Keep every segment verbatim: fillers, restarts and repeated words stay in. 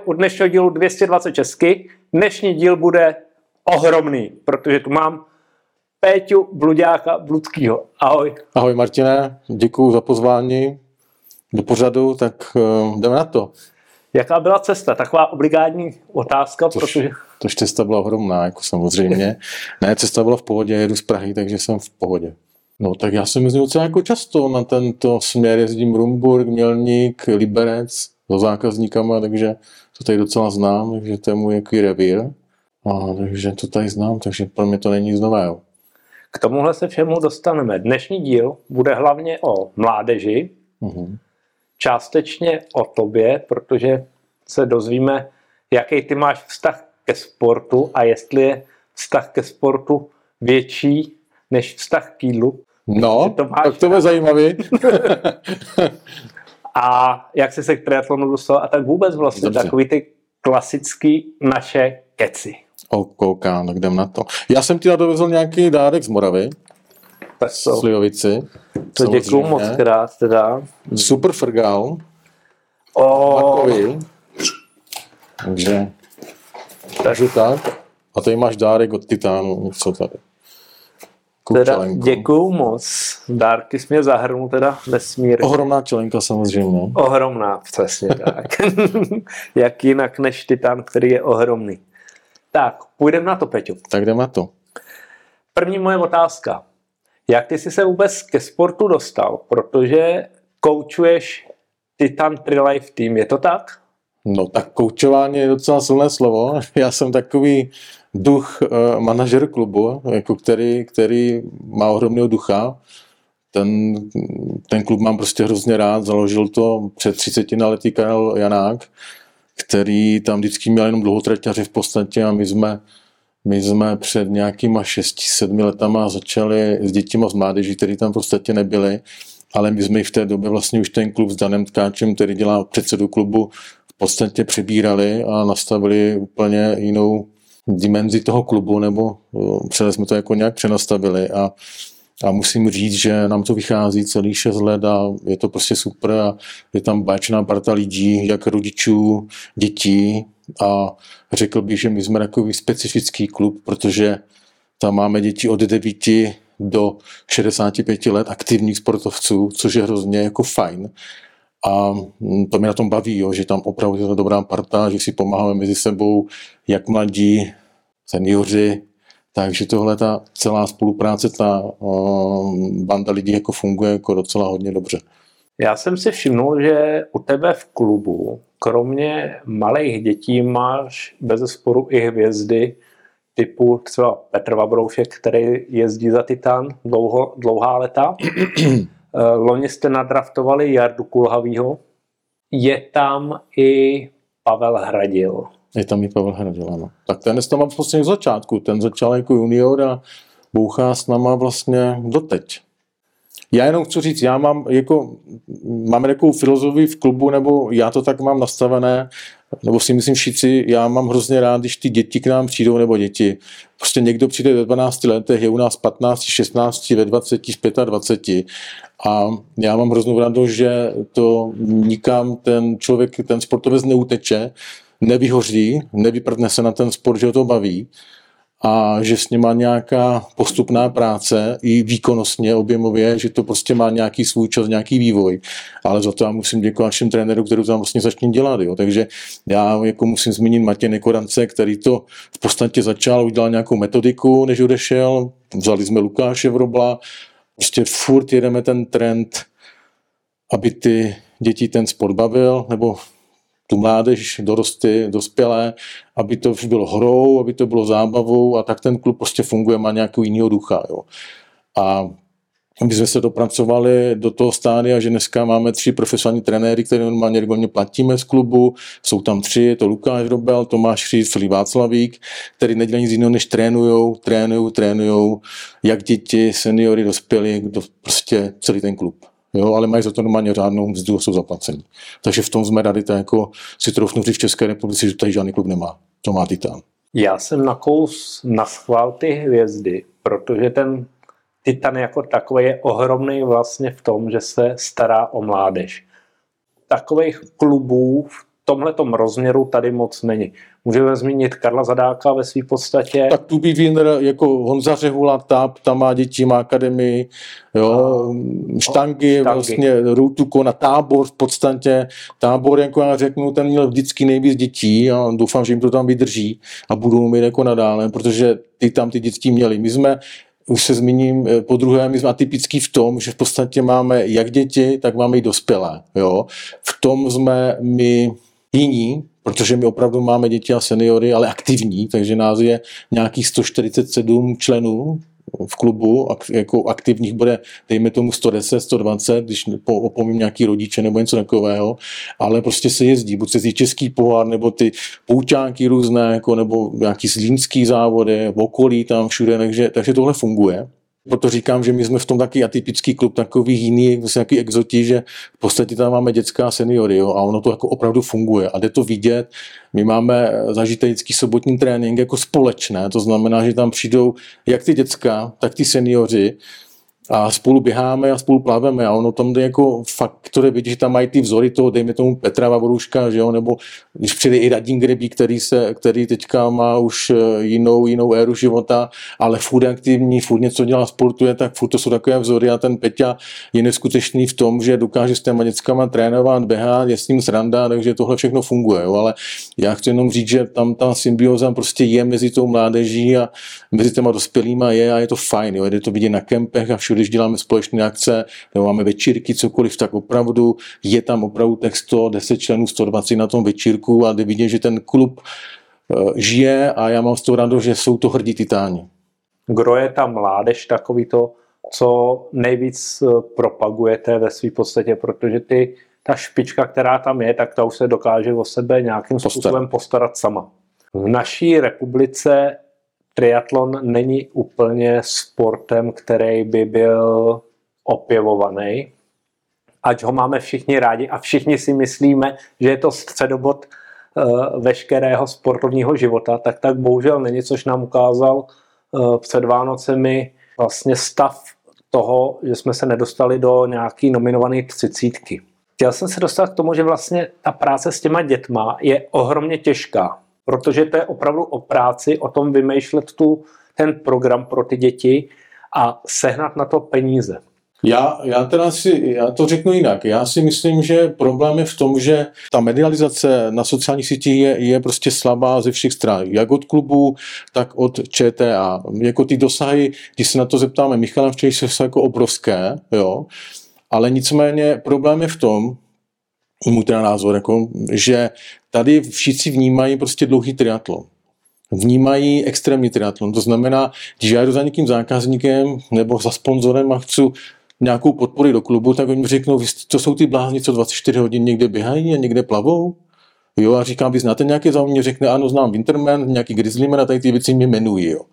u dnešního dílu dvě stě dvacet česky. Dnešní díl bude ohromný, protože tu mám Péťu Bluďáka Bludskýho. Ahoj. Ahoj Martine, děkuju za pozvání do pořadu, tak uh, jdeme na to. Jaká byla cesta? Taková obligátní otázka, Tož, protože... Tož cesta byla ohromná, jako samozřejmě. Ne, cesta byla v pohodě, jedu z Prahy, takže jsem v pohodě. No tak já jsem jezdil docela jako často na tento směr, jezdím Rumburk, Mělník, Liberec za zákazníkama, takže to tady docela znám, takže to je můj jaký revír. A, takže to tady znám, takže pro mě to není nic nového. K tomuhle se všemu dostaneme. Dnešní díl bude hlavně o mládeži, uh-huh. částečně o tobě, protože se dozvíme, jaký ty máš vztah ke sportu a jestli je vztah ke sportu větší než vztah k jídlu. No, to tak to je zajímavý. A jak jsi se k triatlonu dostal a tak vůbec vlastně Dobře. Takový ty klasický naše keci. OK, tak jdem na to. Já jsem ti dovezl nějaký dárek z Moravy. Tak to. Slivovici. To děkuju moc krát teda. Super frgal. Oh. Takže, takže tak. A tady máš dárek od Titánu. Co tady? Teda děkuju moc. Dárky jsi mě zahrnul teda nesmírně. Ohromná čelenka samozřejmě. Ohromná, přesně tak. Jak jinak než Titán, který je ohromný. Tak, půjdeme na to, Peťo. Tak jdeme na to. První moje otázka. Jak ty jsi se vůbec ke sportu dostal? Protože koučuješ Titan Tri-Life Team, je to tak? No tak koučování je docela silné slovo. Já jsem takový duch uh, manažer klubu, jako který, který má ohromného ducha. Ten, ten klub mám prostě hrozně rád. Založil to před třiceti lety Karel Janák, který tam vždycky měl jenom dlouhotraťaře v podstatě a my jsme, my jsme před nějakýma šesti, sedmi letama začali s dětima z mládeží, který tam v podstatě nebyli, ale my jsme v té době vlastně už ten klub s Danem Tkáčem, který dělá předsedu klubu, v podstatě přebírali a nastavili úplně jinou dimenzi toho klubu, nebo celé jsme to jako nějak přenastavili a A musím říct, že nám to vychází celý šest let a je to prostě super a je tam báječná parta lidí, jak rodičů, dětí a řekl bych, že my jsme takový specifický klub, protože tam máme děti od devíti do šedesáti pěti let aktivních sportovců, což je hrozně jako fajn. A to mě na tom baví, jo, že tam opravdu je to dobrá parta, že si pomáháme mezi sebou, jak mladí, seniori. Takže tohle ta celá spolupráce, ta uh, banda lidí jako funguje jako docela hodně dobře. Já jsem si všimnul, že u tebe v klubu, kromě malých dětí, máš bezesporu i hvězdy typu třeba Petr Vabroušek, který jezdí za Titan dlouho, dlouhá leta. Loni jste nadraftovali Jardu Kulhavýho. Je tam i Pavel Hradil. Je tam i Pavel Hradil, ano. Tak ten je s náma vlastně z začátku. Ten začal jako junior a bouchá s náma vlastně doteď. Já jenom chci říct, já mám jako, máme takovou filozofii v klubu, nebo já to tak mám nastavené, nebo si myslím všichni, já mám hrozně rád, když ty děti k nám přijdou, nebo děti. Prostě někdo přijde ve dvanácti letech, je u nás patnácti, šestnácti, ve dvaceti, dvaceti. A já mám hroznou radost, že to nikam ten člověk, ten sportovec neuteče, nevyhoří, nevyprdne se na ten sport, že ho to baví a že s ním má nějaká postupná práce i výkonnostně, objemově, že to prostě má nějaký svůj čas, nějaký vývoj. Ale za to já musím děkovat všem trenérům, který to tam vlastně začne dělat. Jo. Takže já jako musím zmínit Matěje Korance, který to v podstatě začal, udělal nějakou metodiku, než odešel. Vzali jsme Lukáše Vrobla. Prostě furt jedeme ten trend, aby ty děti ten sport bavil, nebo tu mládež, dorosty, dospělé, aby to bylo hrou, aby to bylo zábavou a tak ten klub prostě funguje, má nějakou jiného ducha. Jo. A my jsme se dopracovali do toho stádia, že dneska máme tři profesionální trenéry, které normálně regulárně platíme z klubu. Jsou tam tři, je to Lukáš Robel, Tomáš Chříz, Filip Václavík, který nedělají nic jiného, než trénujou, trénujou, trénujou, jak děti, seniory, dospělí, kdo prostě celý ten klub. Jo, ale mají za to normálně řádnou mzdu a jsou zaplacení. Takže v tom jsme rady, tak jako si troufnu říct v České republice, že tady žádný klub nemá. To má Titan. Já jsem nakous naschvál ty hvězdy, protože ten Titan jako takový je ohromný vlastně v tom, že se stará o mládež. Takových klubů v tomhletom rozměru tady moc není. Můžeme zmínit Karla Zadáka ve své podstatě. Tak tu by Wiener, jako Honza Řehula, Táp, tam má děti, má akademii, jo, Štangy, Štangy. vlastně Routu Kona, Tábor v podstatě. Tábor, jako já řeknu, ten měl vždycky nejvíc dětí a doufám, že jim to tam vydrží a budou mít jako nadále, protože ty tam ty děti měli. My jsme, už se zmíním po druhé, my jsme atypický v tom, že v podstatě máme jak děti, tak máme i dospělé. Jo. V tom jsme my jiní, protože my opravdu máme děti a seniory, ale aktivní, takže nás je nějakých sto čtyřicet sedm členů v klubu, jako aktivních bude, dejme tomu sto deset, sto dvacet, když opomím nějaký rodiče nebo něco takového, ale prostě se jezdí, buď se jezdí český pohár, nebo ty pouťánky různé, jako, nebo nějaký zlínský závody, v okolí tam všude, takže, takže tohle funguje. Proto říkám, že my jsme v tom taky atypický klub, takový jiný, vlastně nějaký exoti, že v podstatě tam máme dětská seniory, jo, a ono to jako opravdu funguje a jde to vidět. My máme zažitejský sobotní trénink jako společné, to znamená, že tam přijdou jak ty děcka, tak ty seniori a spolu běháme a spolu plaveme a ono tam jde jako fakt, které vidí, že tam mají ty vzory toho, dejme tomu Petra Vavrouška, že jo, nebo když přijde i Radim Grebík, který, se, který teďka má už jinou, jinou éru života, ale furt aktivní, furt něco dělá, sportuje, tak furt to jsou takové vzory a ten Peťa je neskutečný v tom, že dokáže s těma dětskama trénovat, běhat, je s ním sranda, takže tohle všechno funguje, jo, ale já chci jenom říct, že tam ta symbioza prostě je mezi tou mládeží a mezi těma dospělýma je a je to fajn, jo, jde to vidět na kempech a všude, když děláme společné akce, nebo máme večírky, cokoliv, tak opravdu je tam opravdu těch sto deset členů, sto dvacet na tom večírku a jde vidět, že ten klub žije a já mám z toho radost, že jsou to hrdí titáni. Kdo je ta mládež, takový to, co nejvíc propagujete ve své podstatě, protože ty, ta špička, která tam je, tak ta už se dokáže o sebe nějakým způsobem postarat sama. V naší republice triatlon není úplně sportem, který by byl opěvovaný, ať ho máme všichni rádi a všichni si myslíme, že je to středobod uh, veškerého sportovního života, tak tak bohužel není, což nám ukázal uh, před Vánocemi vlastně stav toho, že jsme se nedostali do nějaký nominované třicítky. Chtěl jsem se dostat k tomu, že vlastně ta práce s těma dětma je ohromně těžká, protože to je opravdu o práci, o tom vymýšlet tu, ten program pro ty děti a sehnat na to peníze. Já, já teda si, já to řeknu jinak. Já si myslím, že problém je v tom, že ta medializace na sociálních sítích je, je prostě slabá ze všech stran. Jak od klubu, tak od Č T A. Jako ty dosahy, když se na to zeptáme Michala včera, jsou jako obrovské, jo. Ale nicméně problém je v tom, můj teda názor, jako, že tady všichni vnímají prostě dlouhý triatlon. Vnímají extrémní triatlon. To znamená, když já jdu za někým zákazníkem nebo za sponzorem a chci nějakou podporu do klubu, tak oni mi řeknou, to jsou ty blázni, co dvacet čtyři hodin někde běhají a někde plavou. Jo, a říkám, vy znáte nějaké zaujímavé, řekne, ano, znám Winterman, nějaký Grizzlyman a tady ty věci mě jmenují. Jo.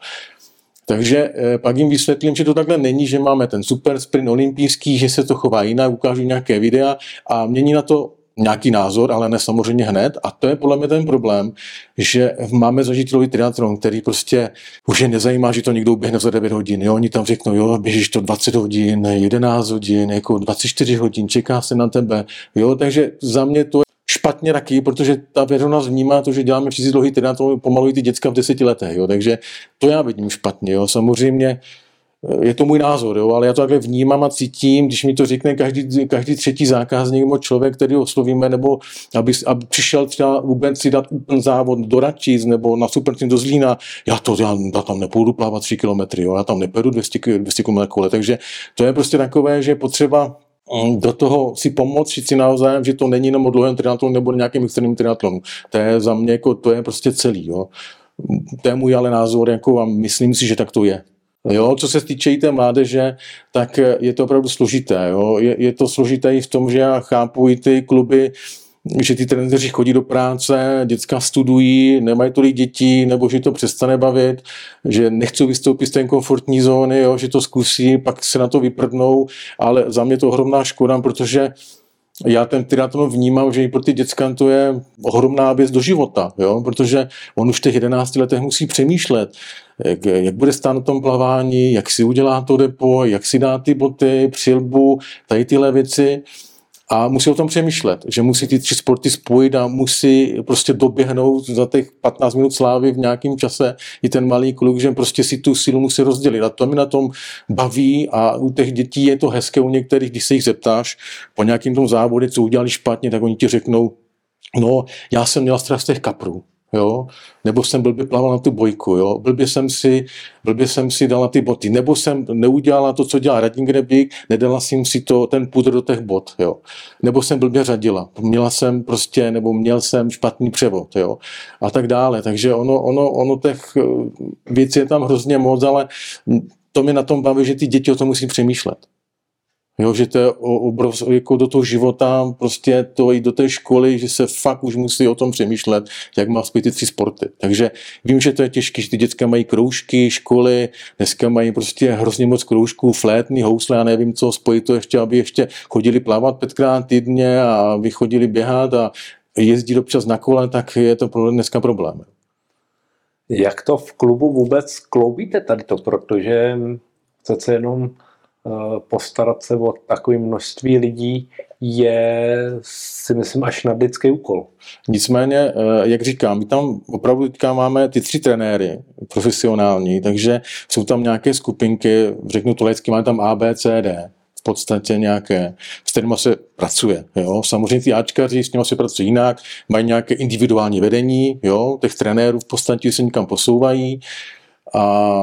Takže eh, pak jim vysvětlím, že to takhle není, že máme ten super sprint olympijský, že se to chová jinak, ukážu nějaké videa a mění na to nějaký názor, ale ne samozřejmě hned. A to je podle mě ten problém, že máme zažitlový triatlon, který prostě už je nezajímá, že to někdo běhne za devět hodin. Jo? Oni tam řeknou, jo, běžíš to dvacet hodin, jedenáct hodin, jako dvacet čtyři hodin, čeká se na tebe. Jo? Takže za mě to je špatně taky, protože ta veřejnost vnímá to, že děláme všichni dlouhý triatlon, pomalují ty děcka v deseti letech. Jo? Takže to já vidím špatně. Jo? Samozřejmě je to můj názor, jo, ale já to takhle vnímám a cítím, když mi to řekne každý, každý třetí zákazník nebo člověk, který oslovíme, nebo aby, aby přišel třeba vůbec si dát úplný závod do Račic nebo na Superteam do Zlína, já to já, já tam nepůjdu plavat tři kilometry, jo, já tam nepedu dvě stě kilometrů na kole, takže to je prostě takové, že je potřeba do toho si pomoct, si navzájem, že to není jenom o dlouhém triatlonu nebo nějakým extrémním triatlonu. To je za mě, jako, to je prostě celý, jo. To je můj ale názor, jako, a myslím si, že tak to je. Jo, co se týče i té mládeže, tak je to opravdu složité. Jo. Je, je to složité i v tom, že já chápu i ty kluby, že ty trenéři chodí do práce, děcka studují, nemají tolik dětí, nebo že to přestane bavit, že nechcou vystoupit z té komfortní zóny, jo, že to zkusí, pak se na to vyprdnou, ale za mě to ohromná škoda, protože já ten triatlon vnímám, že i pro ty děcka to je ohromná věc do života, jo? Protože on už v těch jedenácti letech musí přemýšlet, jak, jak bude stát na tom plavání, jak si udělá to depo, jak si dá ty boty, přilbu, tady tyhle věci. A musí o tom přemýšlet, že musí ty tři sporty spojit a musí prostě doběhnout za těch patnáct minut slávy v nějakém čase i ten malý kluk, že prostě si tu sílu musí rozdělit. A to mi na tom baví a u těch dětí je to hezké, u některých, když se jich zeptáš po nějakým tom závodě, co udělali špatně, tak oni ti řeknou, no, já jsem měl strach z těch kaprů. Jo? Nebo jsem blbě plaval na tu bojku, jo? Blbě, jsem si, blbě jsem si dal na ty boty, nebo jsem neudělala to, co dělá Radim Grebík, nedala jsem si to, ten pudr do těch bot, jo? Nebo jsem blbě řadila, měla jsem prostě, nebo měl jsem špatný převod, jo? A tak dále, takže ono, ono, ono těch věcí je tam hrozně moc, ale to mi na tom baví, že ty děti o tom musí přemýšlet. Jo, že to je obrovské, jako do toho života, prostě to i do té školy, že se fakt už musí o tom přemýšlet, jak má spojit ty tři sporty. Takže vím, že to je těžké, že ty děcka mají kroužky, školy, dneska mají prostě hrozně moc kroužků, flétny, housle, já nevím co, spojit to ještě, aby ještě chodili plavat pětkrát týdně a aby chodili běhat a jezdit občas na kole, tak je to dneska problém. Jak to v klubu vůbec kloubíte tady to, protože přece jenom postarat se o takové množství lidí je, si myslím, až nadlidský úkol. Nicméně, jak říkám, my tam opravdu teďka máme ty tři trenéry profesionální, takže jsou tam nějaké skupinky, řeknu to laicky, máme tam A, B, C, D, v podstatě nějaké, s kterými se pracuje. Jo? Samozřejmě ty áčkaři, s nimi se pracují jinak, mají nějaké individuální vedení, jo? Těch trenérů v podstatě se někam posouvají a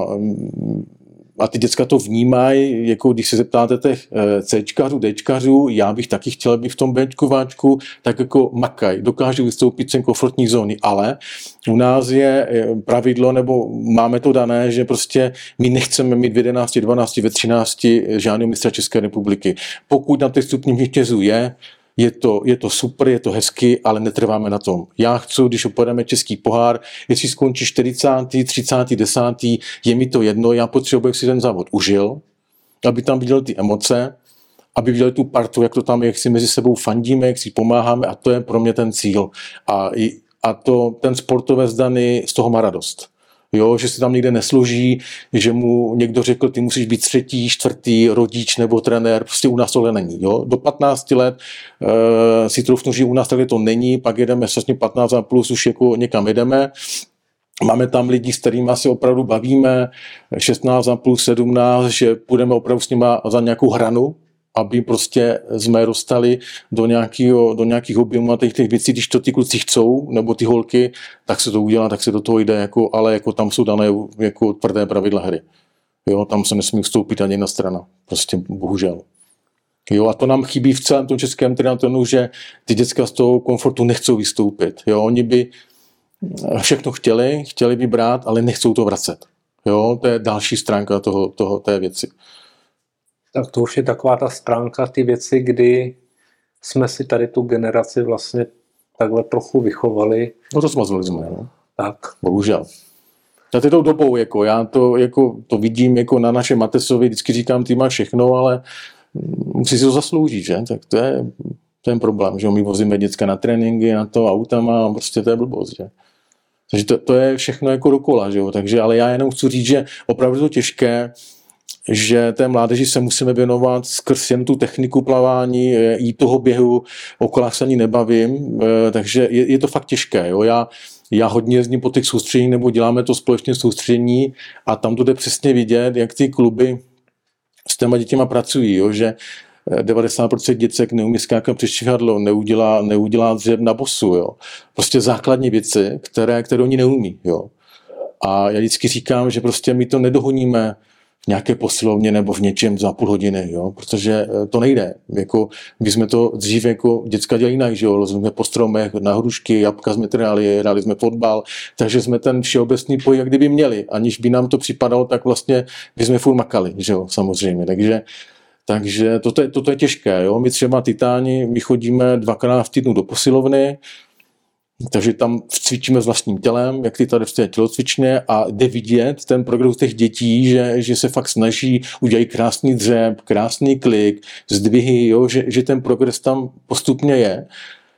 A ty děcka to vnímají, jako když se zeptáte těch Cčkařů, Dčkařů, já bych taky chtěl být v tom Bčkováčku, tak jako makaj, dokážu vystoupit z komfortní zóny, ale u nás je pravidlo, nebo máme to dané, že prostě my nechceme mít v jedenácti, dvanácti, ve třinácti žádného mistra České republiky. Pokud na těch stupních vítězů je, Je to, je to super, je to hezky, ale netrváme na tom. Já chci, když opademe český pohár, jestli skončí čtyřicátý, třicátý, desátý, je mi to jedno, já potřebuji, si ten závod užil, aby tam viděl ty emoce, aby viděl tu partu, jak to tam je, jak si mezi sebou fandíme, jak si pomáháme a to je pro mě ten cíl. A, a to, ten sportovec daný z toho má radost. Jo, že se tam někde nesloží, že mu někdo řekl, ty musíš být třetí, čtvrtý, rodič nebo trenér, prostě u nás tohle není. Jo. Do patnácti let e, si troufnu, že u nás takhle to není, pak jedeme přesně patnáct a plus, už jako někam jedeme. Máme tam lidi, s kterými se opravdu bavíme, šestnáct a plus, sedmnáct, že půjdeme opravdu s nima za nějakou hranu, aby prostě jsme dostali do nějakého, do nějakých objemů a těch, těch věcí, když to ty kluci chcou, nebo ty holky, tak se to udělá, tak se do toho jde, jako, ale jako tam jsou dané jako tvrdé pravidla hry. Jo, tam se nesmí vstoupit ani jedna strana. Prostě bohužel. Jo, a to nám chybí v celém tom českém triatlonu, že ty děcka z toho komfortu nechcou vystoupit. Jo, oni by všechno chtěli, chtěli by brát, ale nechcou to vracet. Jo, to je další stránka toho, toho, té věci. Tak to už je taková ta stránka, ty věci, kdy jsme si tady tu generaci vlastně takhle trochu vychovali. No to smazali jsme, no. Tak. Bohužel. Za tou dobou, jako, já to, jako, to vidím jako na našem Matesovi, vždycky říkám, ty máš všechno, ale musí si to zasloužit, že? Tak to je ten problém, že my vozíme děcka na tréninky, na to autama a prostě to je blbost, že? Takže to, to je všechno jako dokola, že jo? Takže, ale já jenom chci říct, že opravdu to těžké, že té mládeži se musíme věnovat skrz jen tu techniku plavání, i toho běhu, o kolách se ani nebavím, takže je, je to fakt těžké. Jo? Já, já hodně jezdím po těch soustředění, nebo děláme to společně soustředění a tam to jde přesně vidět, jak ty kluby s těma dětěma pracují, jo? Že devadesát procent děcek neumí skákat přes čihadlo, neudělá, neudělá dřeb na bosu. Jo? Prostě základní věci, které, které oni neumí. Jo? A já vždycky říkám, že prostě my to nedohoníme v nějaké posilovně nebo v něčem za půl hodiny, jo? Protože to nejde. Jako, my jsme to dřív jako děcka dělali jinak, že jo? Jsme po stromech, na hrušky, jabka jsme trhali, hráli jsme fotbal, takže jsme ten všeobecný pohyb jak kdyby měli. Aniž by nám to připadalo, tak vlastně by jsme furt makali, že jo? Samozřejmě. Takže, takže toto, je, toto je těžké. Jo? My třeba titáni, my chodíme dvakrát v týdnu do posilovny, takže tam cvičíme s vlastním tělem, jak ty tady v té tělocvičně a jde vidět ten progres těch dětí, že, že se fakt snaží, udělají krásný dřep, krásný klik, zdvihy, jo, že, že ten progres tam postupně je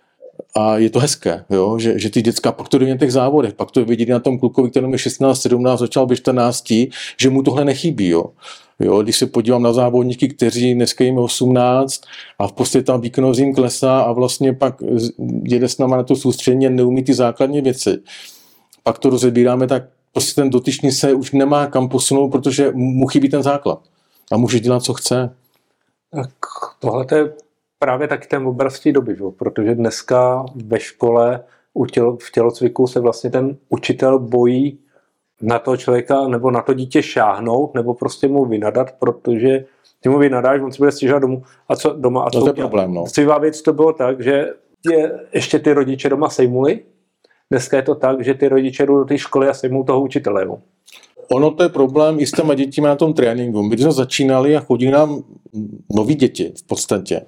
a je to hezké, jo, že, že ty děcka pak to jde v těch závodech, pak to vidět na tom klukovi, který je šestnáct, sedmnáct, začal být čtrnáct, že mu tohle nechybí, jo. Jo, když se podívám na závodníky, kteří dneska jim osmnáct a v podstatě tam výkonnost jim klesá a vlastně pak jede s náma na to soustředění, neumí ty základní věci. Pak to rozebíráme, tak prostě ten dotyčný se už nemá kam posunout, protože mu chybí ten základ. A může dělat, co chce. Tak tohle je právě taky ten obraz té doby, jo? Protože dneska ve škole u tělo, v tělocviku se vlastně ten učitel bojí na toho člověka nebo na to dítě šáhnout nebo prostě mu vynadat, protože ty mu vynadáš, on si bude stěžovat domů a co doma. A co no to je problém, no. Civá věc to bylo tak, že je, ještě ty rodiče doma sejmuli. Dneska je to tak, že ty rodiče jdou do té školy a sejmou toho učitele. Jo? Ono to je problém i s těma dětmi na tom tréninku. My jsme začínali a chodí nám noví děti v podstatě.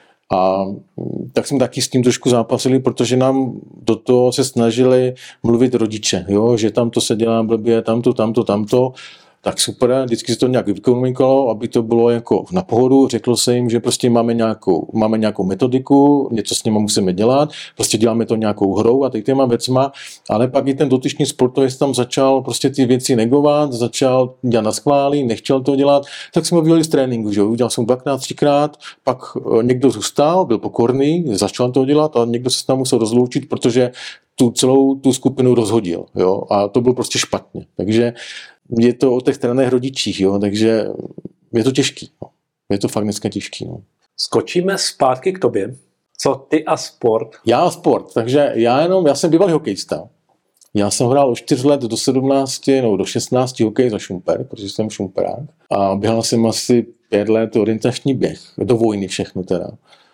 A tak jsme taky s tím trošku zápasili, protože nám do toho se snažili mluvit rodiče, jo? Že tam to se dělá blbě, tamto, tamto, tamto. Tak super, vždycky se to nějak vykomunikovalo, aby to bylo jako na pohodu. Řeklo se jim, že prostě máme nějakou, máme nějakou metodiku, něco s nimi musíme dělat, prostě děláme to nějakou hrou a teď těma věcma, ale pak i ten dotyčný sportovec tam začal prostě ty věci negovat, začal dělat na schválí, nechtěl to dělat, tak jsme ho vyjeli z tréninku, že jo, udělal jsem dvakrát, třikrát, pak někdo zůstal, byl pokorný, začal to dělat a někdo se tam musel rozloučit, protože tu celou tu skupinu rozhodil, jo, a to bylo prostě špatně, takže je to o těch stranných rodičích, jo, takže je to těžký. No. Je to fakt dneska těžký. No. Skočíme zpátky k tobě. Co ty a sport? Já a sport, takže já jenom, já jsem bývalý hokejista. Já jsem hrál od čtyř let do sedmnácti, no do šestnácti hokej za Šumper, protože jsem šumperák. A běhal jsem asi pět let orientační běh, do vojny všechno teda.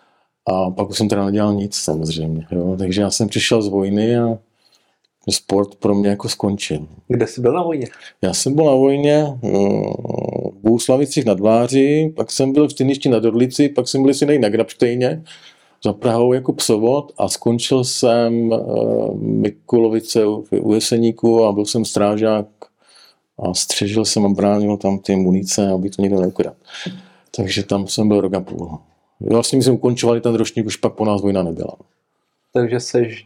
A pak už jsem teda nedělal nic samozřejmě, jo. Takže já jsem přišel z vojny a sport pro mě jako skončil. Kde jsi byl na vojně? Já jsem byl na vojně v Bohuslavicích nad Vláří, pak jsem byl v Tyništi nad Orlici, pak jsem byl si na Grabštejně za Prahou jako psovod a skončil jsem v Mikulovice u Jeseníku a byl jsem strážák a střežil jsem a bránil tam ty munice, aby to někdo neukradl. Takže tam jsem byl rok a půl. Vlastně my jsme ukončovali ten ročník, už pak po nás vojna nebyla. Takže seš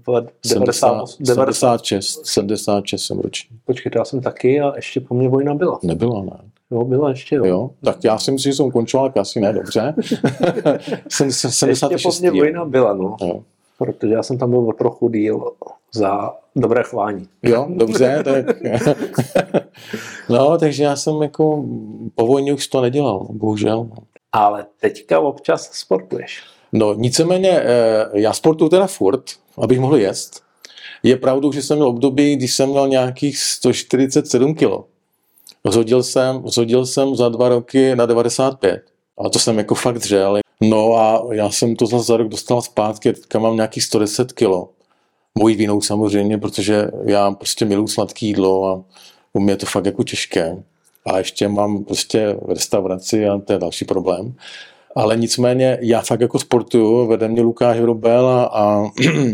devadesát šest, sedmdesát šest jsem ročník. Počkej, já jsem taky a ještě po mně vojna byla. Nebyla, ne. Jo, byla ještě, jo. jo. Tak já si myslím, že jsem končoval, tak asi ne, dobře. sedmdesát šest, ještě po mně vojna byla, no. Jo. Protože já jsem tam byl o trochu díl za dobré chování. Jo, dobře, tak. No, takže já jsem jako po vojně už to nedělal, bohužel. Ale teďka občas sportuješ. No, nicméně, já sportuju teda furt, abych mohl jíst. Je pravdou, že jsem měl období, když jsem měl nějakých sto čtyřicet sedm kilo. Zhodil jsem, zhodil jsem za dva roky na devadesát pět. A to jsem jako fakt dřel. No a já jsem to zase za rok dostal zpátky, teďka mám nějakých sto deset kilo. Mojí vinou samozřejmě, protože já prostě miluji sladký jídlo a u mě je to fakt jako těžké. A ještě mám prostě restauraci a to je další problém. Ale nicméně já fakt jako sportuju, vede mě Lukáš Hrobel a, a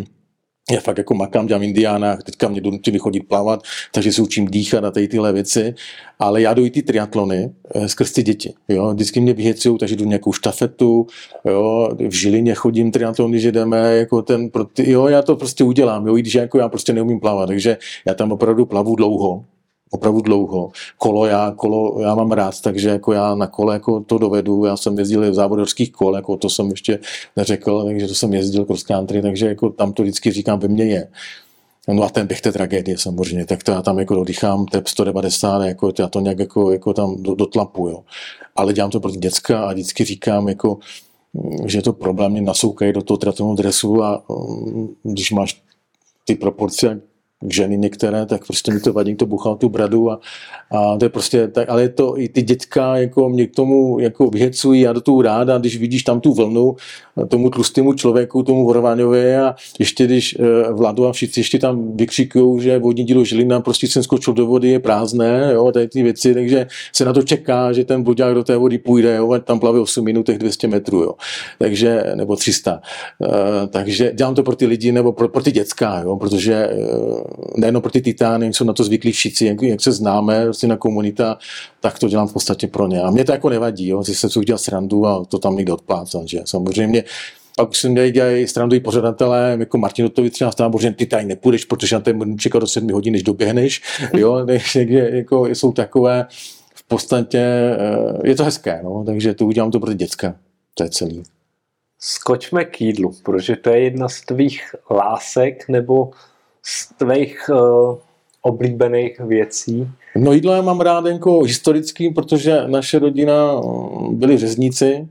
já fakt jako makám, dělám indiána, teďka mě donutili chodit plavat, takže se učím dýchat a tady tyhle věci, ale já jdu i ty triatlony skrz ty děti, jo, vždycky mě vyhecujou, takže jdu nějakou štafetu, jo, v Žilině chodím triatlony, že jdeme, jako ten, jo, já to prostě udělám, jo, i když jako já prostě neumím plavat, takže já tam opravdu plavu dlouho, opravdu dlouho. Kolo já, kolo já mám rád, takže jako já na kole jako to dovedu. Já jsem jezdil v závodorských kol, jako to jsem ještě neřekl, takže to jsem jezdil cross country, takže jako tam to vždycky říkám, ve mně je. No a ten běh té tragédie samozřejmě, tak to já tam jako dodýchám tep sto devadesát, jako já to nějak jako, jako tam dotlapu, jo. Ale dělám to pro ty děcka a vždycky říkám, jako, že je to problém, mě nasoukají do toho triatlonového dresu a když máš ty proporce ženy některé, tak prostě mi to vadí, to buchal tu bradu a, a to je prostě tak, ale je to i ty dětka jako mě k tomu jako vyhecují, já do toho ráda, když vidíš tam tu vlnu tomu tlustému člověku, tomu Vorváňovi a ještě když Vladu a všichni ještě tam vykřikují, že vodní dílo Žilina, prostě jsem skočil do vody, je prázdné, jo, tady ty věci, takže se na to čeká, že ten vodňák do té vody půjde, jo, tam plave osm minut, dvě stě metrů, jo, takže, nebo tři sta, uh, takže dělám to pro ty lidi, nebo pro, pro ty děcka, jo, protože uh, nejenom pro ty titány, jsou na to zvyklí všichni, jak, jak se známe, vlastně na komunita, tak to dělám v podstatě pro ně. A mě to jako nevadí, jo, že jsem si udělal srandu a to tam někde odplácal, že samozřejmě. Pak už jsem dělal srandu i pořadatelé, jako Martin Dotovi třeba v Táboře, ty tady nepůjdeš, protože na ten čekat do sedmi hodin, než doběhneš, jo, takže jako jsou takové, v podstatě je to hezké, no, takže to udělám to pro ty děcka. To je celý. Skočme k jídlu, protože to je jedna z tvých lásek nebo z tvých uh, oblíbených věcí. No jídlo já mám rád jako historický, protože naše rodina byli řezníci.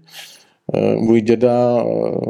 Můj děda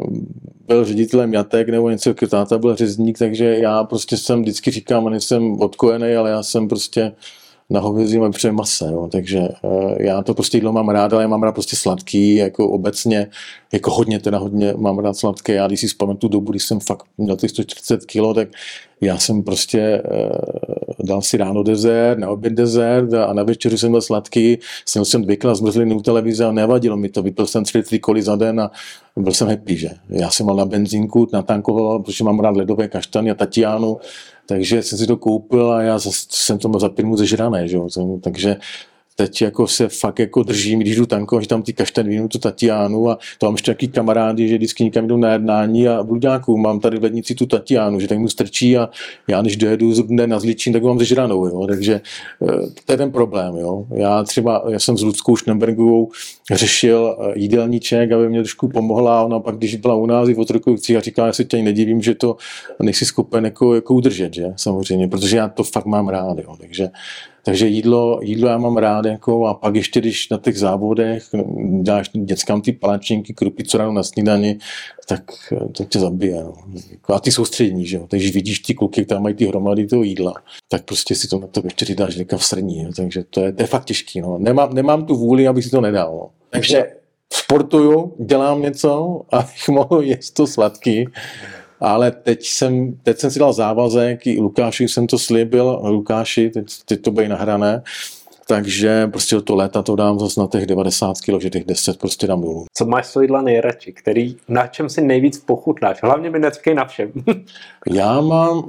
byl ředitelem jatek nebo něco, jako táta byl řezník, takže já prostě jsem vždycky říkám, nejsem odkojený, ale já jsem prostě na hovězím a vepřovém mase, jo. Takže uh, já to prostě jídlo mám rád, ale já mám rád prostě sladký, jako obecně, jako hodně teda hodně mám rád sladké. Já když si vzpomenu tu dobu, když jsem fakt měl těch sto čtyřicet kilo, tak já jsem prostě uh, dal si ráno dezert, na oběd dezert a na večeru jsem byl sladký, sněl jsem dvěkrát zmrzlinu u televize a nevadilo mi to, vypil jsem tři litry koly za den a byl jsem happy, že. Já jsem mal na benzínku, natankoval, protože mám rád ledové kaštany a Tatianu, takže jsem si to koupil a já jsem to za pět minut zežrané, že jo. Takže teď jako se fakt jako držím, když jdu tankovat, že tam ty kaštany vyjdu tu Tatianu a to mám ještě takový kamarády, že vždycky někam jdou na jednání a v Luďáku mám tady v lednici tu Tatianu, že tak mu strčí a já když dojedu zubne na Zličín, tak ho mám zežranou, jo. Takže to je ten problém, jo. Já třeba, já jsem s Ludskou Šnembergovou řešil jídelníček, aby mě trošku pomohla, ona pak, když byla u nás i v Otrokovicích a říkala, já se tě ani nedivím, že to nejsi schopen jako, jako udržet, že, samozřejmě, protože já to fakt mám rád, jo. Takže Takže jídlo, jídlo já mám rád jako, a pak ještě, když na těch závodech dáš dětskám ty palačinky, krupicu ráno na snídani, tak to tě zabije. No. A ty soustřední, že jo. Takže vidíš ty kluky, které mají ty hromady toho jídla, tak prostě si to na to večeři dáš někam v srní. Jo. Takže to je, to je fakt těžký. No. Nemám, nemám tu vůli, abych si to nedal. No. Takže sportuju, dělám něco, abych mohl jíst to sladký. Ale teď jsem, teď jsem si dal závazek, i Lukáši jsem to slíbil, Lukáši, teď, teď to bude nahrané, takže prostě do toho léta to dám zase na těch devadesát kilo, že těch deset prostě dám dolů. Co máš z jídla nejradši, který, na čem si nejvíc pochutnáš? Hlavně mi neříkej na všem. Já mám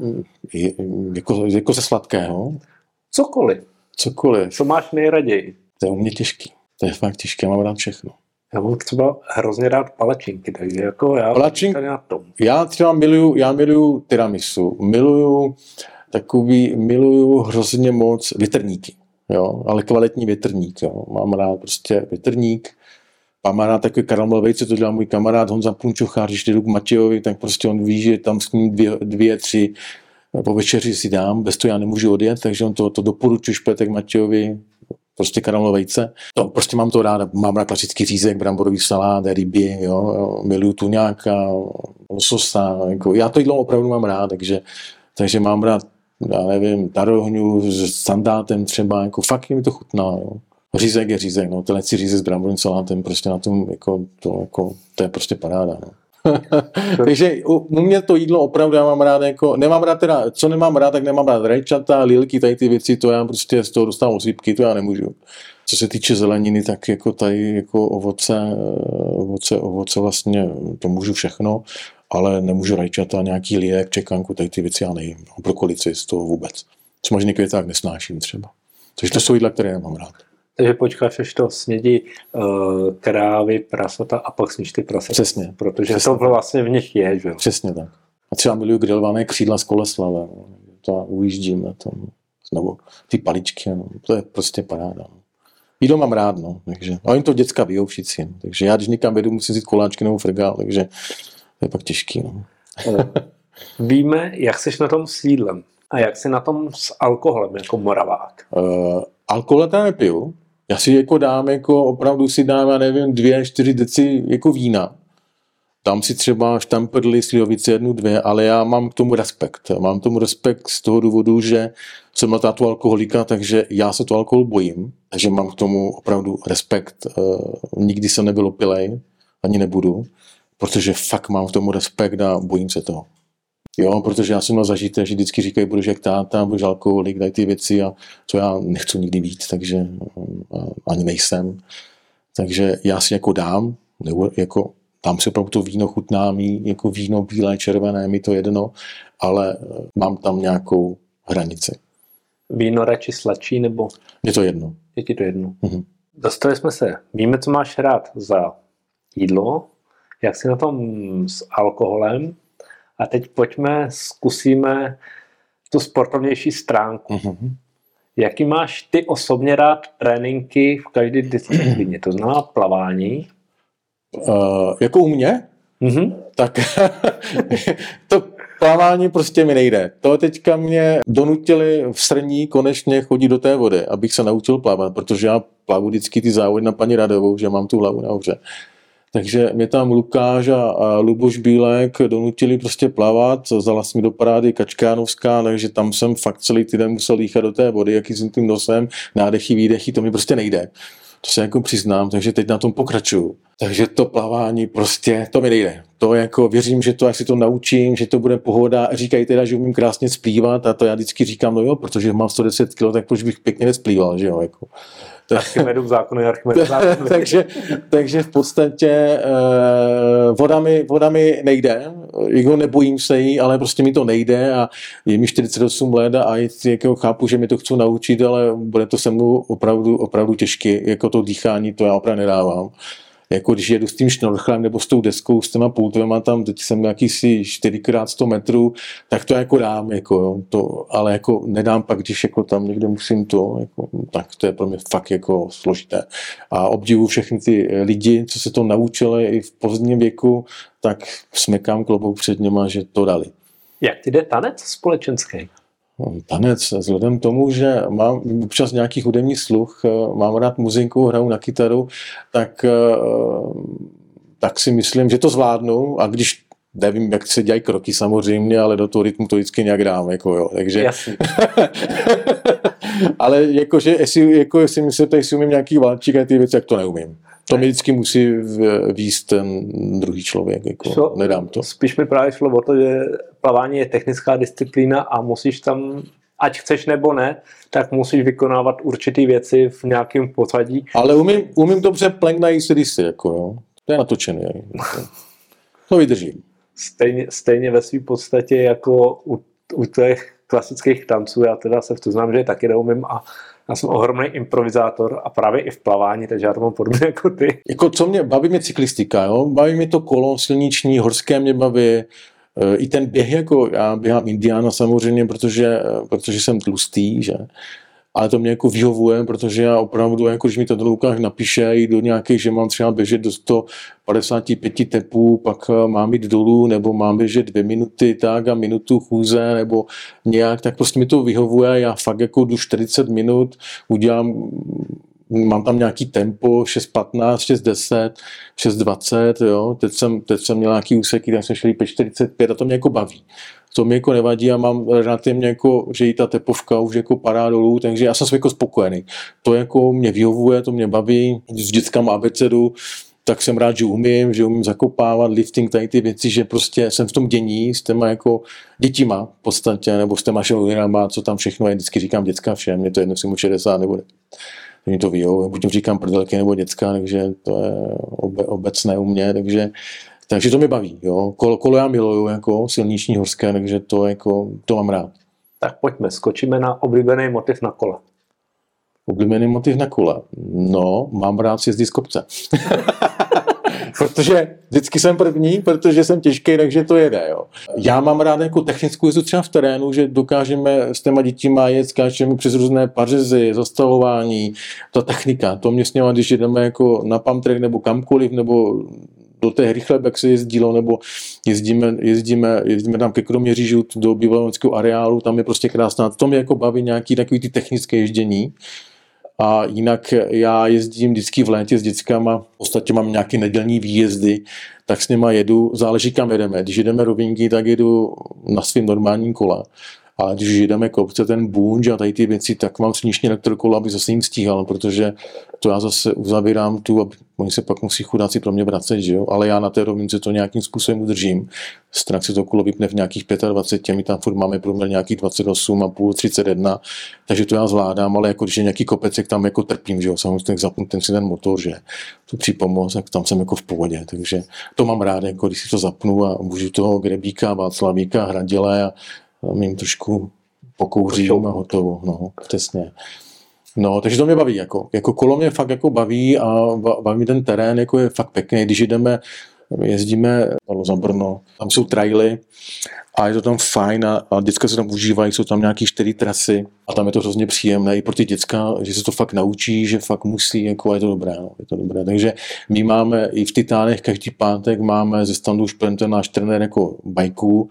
jako, jako ze sladkého. Cokoliv. Cokoliv. Co máš nejraději? To je u mě těžký. To je fakt těžké, já mám rád všechno. Já mám třeba hrozně rád palačinky, takže jako já Palačink, tady na tom. Já třeba miluju, já miluju tiramisu, miluju takový, miluju hrozně moc větrníky, jo, ale kvalitní větrník, jo. Mám rád prostě větrník, a mám rád takový karamel vejce, to dělá můj kamarád Honza Punčochář, když jdu k Matějovi, tak prostě on ví, že tam s ním dvě, dvě, tři po večeři si dám, bez toho já nemůžu odjet, takže on to, to doporučuje špetek Matějovi, prostě karamel vejce. To, prostě mám to rád, mám rád klasický řízek, bramborový salát, ryby, jo, jo, miluju tuňáka, lososa, jako, já to jídlo opravdu mám rád, takže, takže mám rád, já nevím, tarohňu s sandátem třeba, jako fakt mi to chutná, jo. Řízek je řízek, no, tenhle si řízek s bramborovým salátem, prostě na tom, jako, to, jako, to je prostě paráda, no. Takže u mě to jídlo opravdu já mám rád, jako, nemám rád teda, co nemám rád, tak nemám rád rajčata, lilky, tady ty věci, to já prostě z toho dostávám osýpky, to já nemůžu. Co se týče zeleniny, tak jako tady jako ovoce, ovoce, ovoce vlastně, to můžu všechno, ale nemůžu rajčata, nějaký líek, čekanku, tady ty věci já nejím. Brokolici z toho vůbec. Smažený květák nesnáším třeba. Takže to jsou jídla, které nemám rád. Takže počkáš, až to snědí uh, krávy, prasata a pak sníš ty prasata. Přesně. Protože Přesně. to vlastně v nich je, že jo? Přesně tak. A třeba miluju grilované křídla z Koleslava. No. To ujíždím na tom. Nebo ty paličky, no. To je prostě paráda. No. Jídlo mám rád, no. Takže, a oni to děcka bijou všichni. No. Takže já, když někam vedu, musím vzít koláčky nebo frgál, takže to je pak těžký. No. Víme, jak jsi na tom s jídlem a jak jsi na tom s alkoholem jako Moravák. Uh, alkohol já nepiju. Já si jako dám, jako opravdu si dám, já nevím, dvě, čtyři deci jako vína. Dám si třeba štamperly, slivovice, jednu, dvě, ale já mám k tomu respekt. Mám k tomu respekt z toho důvodu, že jsem na tátu alkoholika, takže já se to alkohol bojím, takže mám k tomu opravdu respekt. Uh, nikdy jsem nebyl opilej, ani nebudu, protože fakt mám k tomu respekt a bojím se toho. Jo, protože já jsem měl zažité, že vždycky říkají, budeš jak táta, budeš alkoholik, daj ty věci a co já nechci nikdy víc, takže ani nejsem. Takže já si jako dám, nebo jako dám si opravdu to víno, chutná mi, jako víno bílé, červené, mi to jedno, ale mám tam nějakou hranici. Víno radši sladší, nebo? Je to jedno. Je ti to jedno. Mhm. Dostali jsme se. Víme, co máš rád za jídlo, jak jsi na tom s alkoholem. A teď pojďme, zkusíme tu sportovnější stránku. Mm-hmm. Jaký máš ty osobně rád tréninky v každé disciplíně? To znamená plavání? Uh, jako u mě? Mm-hmm. Tak to plavání prostě mi nejde. To teďka mě donutili v Srní konečně chodit do té vody, abych se naučil plavat, protože já plavu vždycky ty závody na paní Radovou, že mám tu hlavu nahoře. Takže mě tam Lukáš a, a Luboš Bílek donutili prostě plavat, vzala mi do parády Kačkánovská, takže tam jsem fakt celý týden musel dýchat do té vody, jaký jsem tím nosem, nádechy, výdechy, to mi prostě nejde. To se jako přiznám, takže teď na tom pokračuju. Takže to plavání prostě, to mi nejde. To jako věřím, že to, jak si to naučím, že to bude pohoda. Říkají teda, že umím krásně splývat a to já vždycky říkám, no jo, protože mám sto deset kilo, tak proč bych pěkně nesplýval, že jo, jako. Archimedův zákony, Archimedův zákony. takže, takže v podstatě uh, voda, mi, voda mi nejde, jako nebojím se jí, ale prostě mi to nejde a je mi čtyřicet osm let a jako chápu, že mi to chci naučit, ale bude to se mnou opravdu, opravdu těžké, jako to dýchání, to já opravdu nedávám. Jako když jedu s tím šnorchlem nebo s tou deskou, s těma poutvema tam, teď jsem nějaký si čtyři krát sto metrů, tak to jako dám, jako, to, ale jako nedám pak, když jako tam někde musím to, jako, tak to je pro mě fakt jako složité. A obdivuju všechny ty lidi, co se to naučili i v pozdním věku, tak smekám klobouk před něma, že to dali. Jak ti jde tanec společenský? Tanec, vzhledem k tomu, že mám občas nějaký hudební sluch, mám rád muziku, hraju na kytaru, tak, tak si myslím, že to zvládnu a když nevím, jak se dělají kroky samozřejmě, ale do toho rytmu to vždycky nějak dám, jako jo, takže... ale jakože, jestli, jako, jestli myslíte, jestli umím nějaký válčík a ty věci, jak to neumím. To mi vždycky musí výst ten druhý člověk, jako šlo, nedám to. Spíš mi právě šlo o to, že plavání je technická disciplína a musíš tam, ať chceš nebo ne, tak musíš vykonávat určitý věci v nějakém pořadí. Ale umím, umím dobře plank na A C D C, jako jo. To je natočený. To vydržím. Stejně, stejně ve své podstatě jako u, u těch klasických tanců, já teda se v to znám, že taky neumím a já jsem ohromný improvizátor a právě i v plavání, takže já to mám podobně jako ty. Jako co mě, baví mě cyklistika, jo? Baví mě to kolo silniční, horské mě baví, i ten běh, jako já běhám Indiána samozřejmě, protože, protože jsem tlustý, že? Ale to mě jako vyhovuje, protože já opravdu, jako když mi to Lukáš napíše i do nějakých, že mám třeba běžet do sto padesát pět tepů, pak mám jít dolů, nebo mám běžet dvě minuty tak a minutu chůze, nebo nějak, tak prostě mi to vyhovuje. Já fakt jako jdu čtyřicet minut, udělám, mám tam nějaký tempo, šest patnáct, šest deset, šest dvacet, jo. Teď jsem, teď jsem měl nějaký úseky, tam jsme šli pět čtyřicet pět a to mě jako baví. To mě jako nevadí a mám relativně jako, že i ta tepovka už jako padá dolů, takže já jsem jako spokojený. To jako mě vyhovuje, to mě baví, s dětskama abecedu, tak jsem rád, že umím, že umím zakopávat, lifting, tady ty věci, že prostě jsem v tom dění s těma jako dětima v podstatě, nebo s těma šelujinama, co tam všechno je, vždycky říkám děcka všem, mě to jedno, si mu šedesát nebo ne. Mě to vyhovuje, buď říkám prdelky nebo děcka, takže to je obe, obecné u mě, takže Takže to mi baví, jo. Kolo, kolo já miluju, jako silniční horské, takže to, jako, to mám rád. Tak pojďme, skočíme na oblíbený motiv na kole. Oblíbený motiv na kole? No, mám rád sjezdit z kopce. Protože vždycky jsem první, protože jsem těžký, takže to jede, jo. Já mám rád jako technickou jízdu třeba v terénu, že dokážeme s těma dětima jet, skáčeme přes různé pařezy, zastavování, ta technika, to mě sněla, když jedeme jako na pump track nebo kamkoliv, nebo do té rychle, jak se jezdilo, nebo jezdíme, jezdíme, jezdíme tam ke Kroměříži do bývalého areálu, tam je prostě krásná. To mě jako baví nějaký takový ty technické ježdění. A jinak já jezdím vždycky v létě s dětskama, v podstatě mám nějaké nedělní výjezdy, tak s něma jedu, záleží kam jedeme. Když jedeme rovinky, tak jedu na svým normálním kole. A když jedeme kopce, ten bunč a tady ty věci, tak mám silniční elektrokolo, aby zase jim stíhal, protože to já zase uzavírám tu, aby oni se pak musí chudáci pro mě vracet, že jo? Ale já na té rovince to nějakým způsobem udržím. Strach se to kolo vypne v nějakých dvacet pět, my tam furt máme průměr nějakých dvacet osm a půl, třicet jedna, takže to já zvládám, ale jako když je nějaký kopecek, tam jako trpím, že jo? Samozřejmě zapnu ten si ten motor, že tu připomoc, tak tam jsem jako v pohodě, takže to mám rád, jako když si to zapnu a můžu toho Grebíka, Václavíka, Hraděle a my jim trošku pokouřím a hotovo, no, přesně. No, takže to mě baví, jako, jako kolo mě fakt jako baví a baví ten terén, jako je fakt pěkný, když jdeme jezdíme za Brno, tam jsou traily a je to tam fajn a, a děcka se tam užívají, jsou tam nějaký čtyři trasy a tam je to hrozně příjemné i pro ty děcka, že se to fakt naučí, že fakt musí, jako je to dobré, no, je to dobré. Takže my máme i v Titánech každý pátek máme ze standu Šplente náš trenér jako bajků,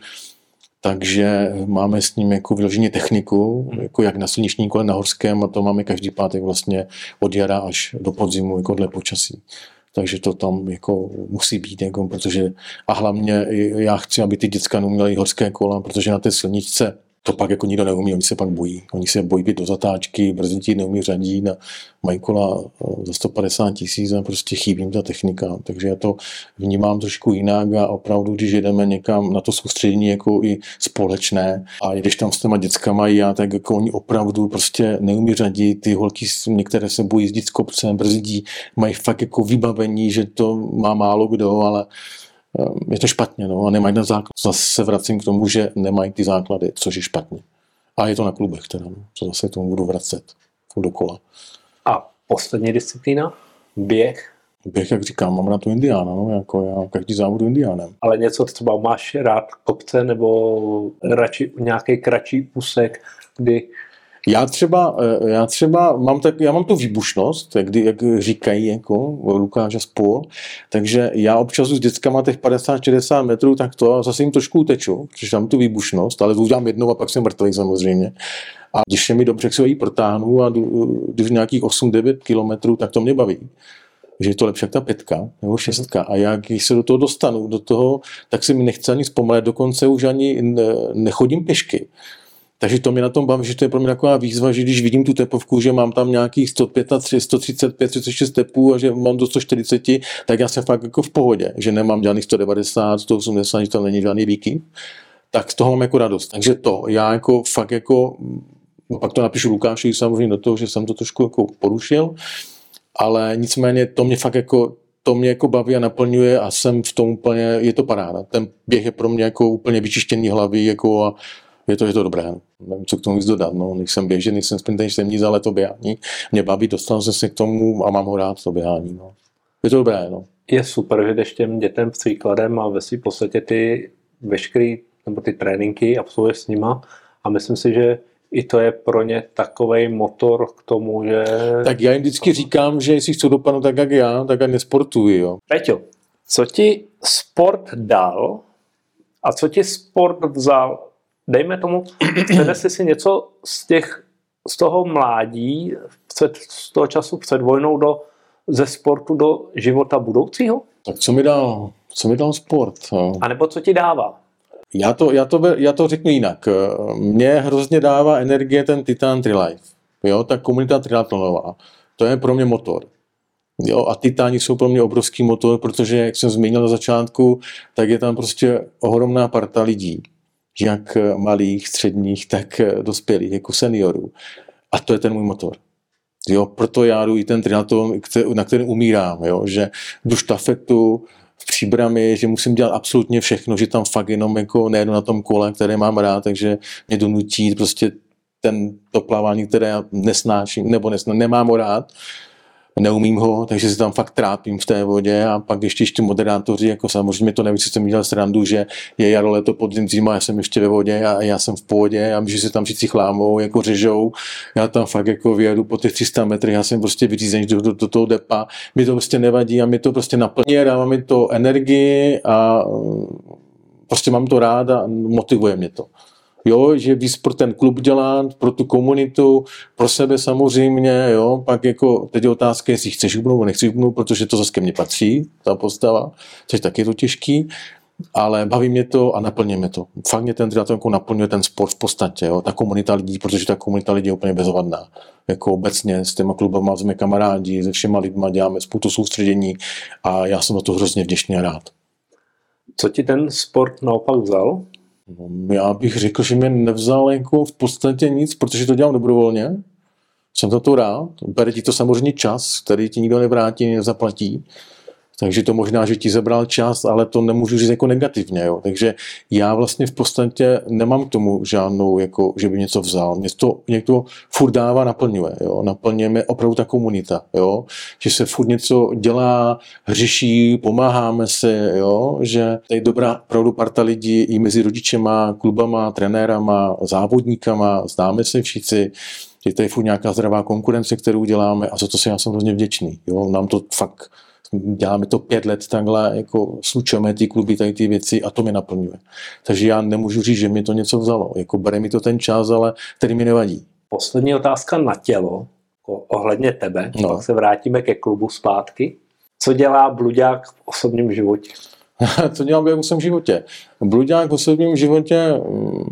takže máme s ním jako vyloženě techniku, jako jak na silničním kole, na horském a to máme každý pátek vlastně od jara až do podzimu, jako dle počasí. Takže to tam jako musí být, jako, protože a hlavně já chci, aby ty děcka neuměly horské kola, protože na té silničce to pak jako nikdo neumí, oni se pak bojí. Oni se bojí být do zatáčky, brzdit neumí řadit a mají kola za sto padesát tisíc a prostě chybí jim ta technika. Takže já to vnímám trošku jinak a opravdu, když jedeme někam na to soustředění jako i společné a když tam s těma dětskama já, tak jako oni opravdu prostě neumí řadit, ty holky některé se bojí jezdit s kopcem, brzdí, mají fakt jako vybavení, že to má málo kdo, ale je to špatně, no, a nemají ten základ. Zase se vracím k tomu, že nemají ty základy, což je špatně. A je to na klubech teda, no, co zase tomu budu vracet dokola. A poslední disciplína? Běh? Běh, jak říkám, mám rád tu Indiána, no, jako já každý závod Indiánem. Ale něco třeba máš rád kopce nebo radši nějaký kratší úsek, kdy... Já třeba, já třeba mám, tak, já mám tu výbušnost, jak, jak říkají jako Lukáš a spol, takže já občas s dětskama těch padesát šedesát metrů, tak to zase jim trošku uteču, protože mám tu výbušnost, ale to udělám jednou a pak jsem mrtvý samozřejmě. A když je mi dobře, jak se ji protáhnu a když nějakých osm devět kilometrů, tak to mě baví. Že je to lepší jak ta pětka nebo šestka. A já, když se do toho dostanu, do toho, tak se mi nechce ani zpomalit, dokonce už ani nechodím pěšky. Takže to mě na tom baví, že to je pro mě taková výzva, že když vidím tu tepovku, že mám tam nějakých sto třicet pět, sto třicet pět, třicet šest tepů a že mám do sto čtyřicet, tak já jsem fakt jako v pohodě, že nemám žádných sto devadesát, sto osmdesát, že to není žádný výkyv. Tak z toho mám jako radost. Takže to, já jako fakt jako, pak to napíšu Lukáši samozřejmě do toho, že jsem to trošku jako porušil, ale nicméně to mě fakt jako to mě jako baví a naplňuje a jsem v tom úplně, je to paráda. Ten běh je pro mě jako úplně vyčištěný hlavy jako a je to, je to dobré. Nevím, co k tomu víc dodat. No. Nejsem běžen, nejsem sprinter, nejsem nic, ale to běhání mě baví, dostal jsem se k tomu a mám ho rád, to běhání. No. Je to dobré. No. Je super, že jdeš těm dětem příkladem a ve svým podstatě ty veškerý, nebo ty tréninky absolvuješ s nima a myslím si, že i to je pro ně takovej motor k tomu, že... Tak já jim vždycky říkám, že jestli chcou dopadnout tak, jak já, tak ať nesportuji. Jo. Peťo, co ti sport dal a co ti sport vzal? Dejme tomu, přenesli si něco z, těch, z toho mládí, před, z toho času před vojnou do, ze sportu do života budoucího? Tak co mi dal, co mi dal sport? A nebo co ti dává? Já to, já, to, já to řeknu jinak. Mně hrozně dává energie ten Titan Trilife. Jo, ta komunita triatlonová. To je pro mě motor. Jo, a Titáni jsou pro mě obrovský motor, protože, jak jsem zmínil na začátku, tak je tam prostě ohromná parta lidí. Jak malých, středních, tak dospělých, jako seniorů. A to je ten můj motor. Jo, proto já jdu i ten triatlon, na kterém umírám, jo, že jdu štafetu v Příbrami, že musím dělat absolutně všechno, že tam fakt jenom jako nejedu na tom kole, které mám rád, takže mě donutí prostě ten, to plavání, které já nesnáším, nebo nesná, nemám ho rád, neumím ho, takže se tam fakt trápím v té vodě a pak ještě ještě moderátoři, jako samozřejmě to nevíc, jsem dělal srandu, že je jaro, leto, podzim, zima, já jsem ještě ve vodě a já jsem v pohodě a že se tam všichni chlámou, jako řežou, já tam fakt jako vyjedu po těch tři sta metrech, já jsem prostě vyřízený do, do, do toho depa, mi to prostě nevadí a mi to prostě naplní, dává mi to energii a prostě mám to rád a motivuje mě to. Jo, že víc pro ten klub dělat, pro tu komunitu, pro sebe samozřejmě, jo, pak jako teď je otázka, jestli chceš hubnout nebo nechceš hubnout, protože to zase ke mně patří, ta postava, což taky je to těžký, ale baví mě to a naplňuje mě to. Fakt mě ten triatlon jako naplňuje ten sport v podstatě, jo, ta komunita lidí, protože ta komunita lidí je úplně bezvadná. Jako obecně s těma klubama jsme kamarádi, se všema lidma děláme spoustu soustředění a já jsem za to hrozně vděčný a rád. Co ti ten sport naopak vzal? Já bych řekl, že mě nevzal jako v podstatě nic, protože to dělám dobrovolně. Jsem za to rád. Bere ti to samozřejmě čas, který ti nikdo nevrátí, nezaplatí. Takže to možná, že ti zabral čas, ale to nemůžu říct jako negativně. Jo. Takže já vlastně v podstatě nemám k tomu žádnou, jako, že by něco vzal. Mě to někdo furt dává, naplňuje. Jo. Naplňujeme opravdu ta komunita. Jo. Že se furt něco dělá, hřeší, pomáháme se, jo. Že je dobrá opravdu parta lidí i mezi rodičema, klubama, trenérama, závodníkama, známe se všichni. Je tady furt nějaká zdravá konkurence, kterou děláme a za to se já jsem hrozně vděčný. Jo. Nám to fakt, děláme to pět let takhle, jako slučujeme ty kluby, tady ty věci a to mě naplňuje. Takže já nemůžu říct, že mi to něco vzalo. Jako bere mi to ten čas, ale který mi nevadí. Poslední otázka na tělo, ohledně tebe, no. Pak se vrátíme ke klubu zpátky. Co dělá Bluďák v osobním životě? Co dělá Bluďák v osobním životě? Bluďák v osobním životě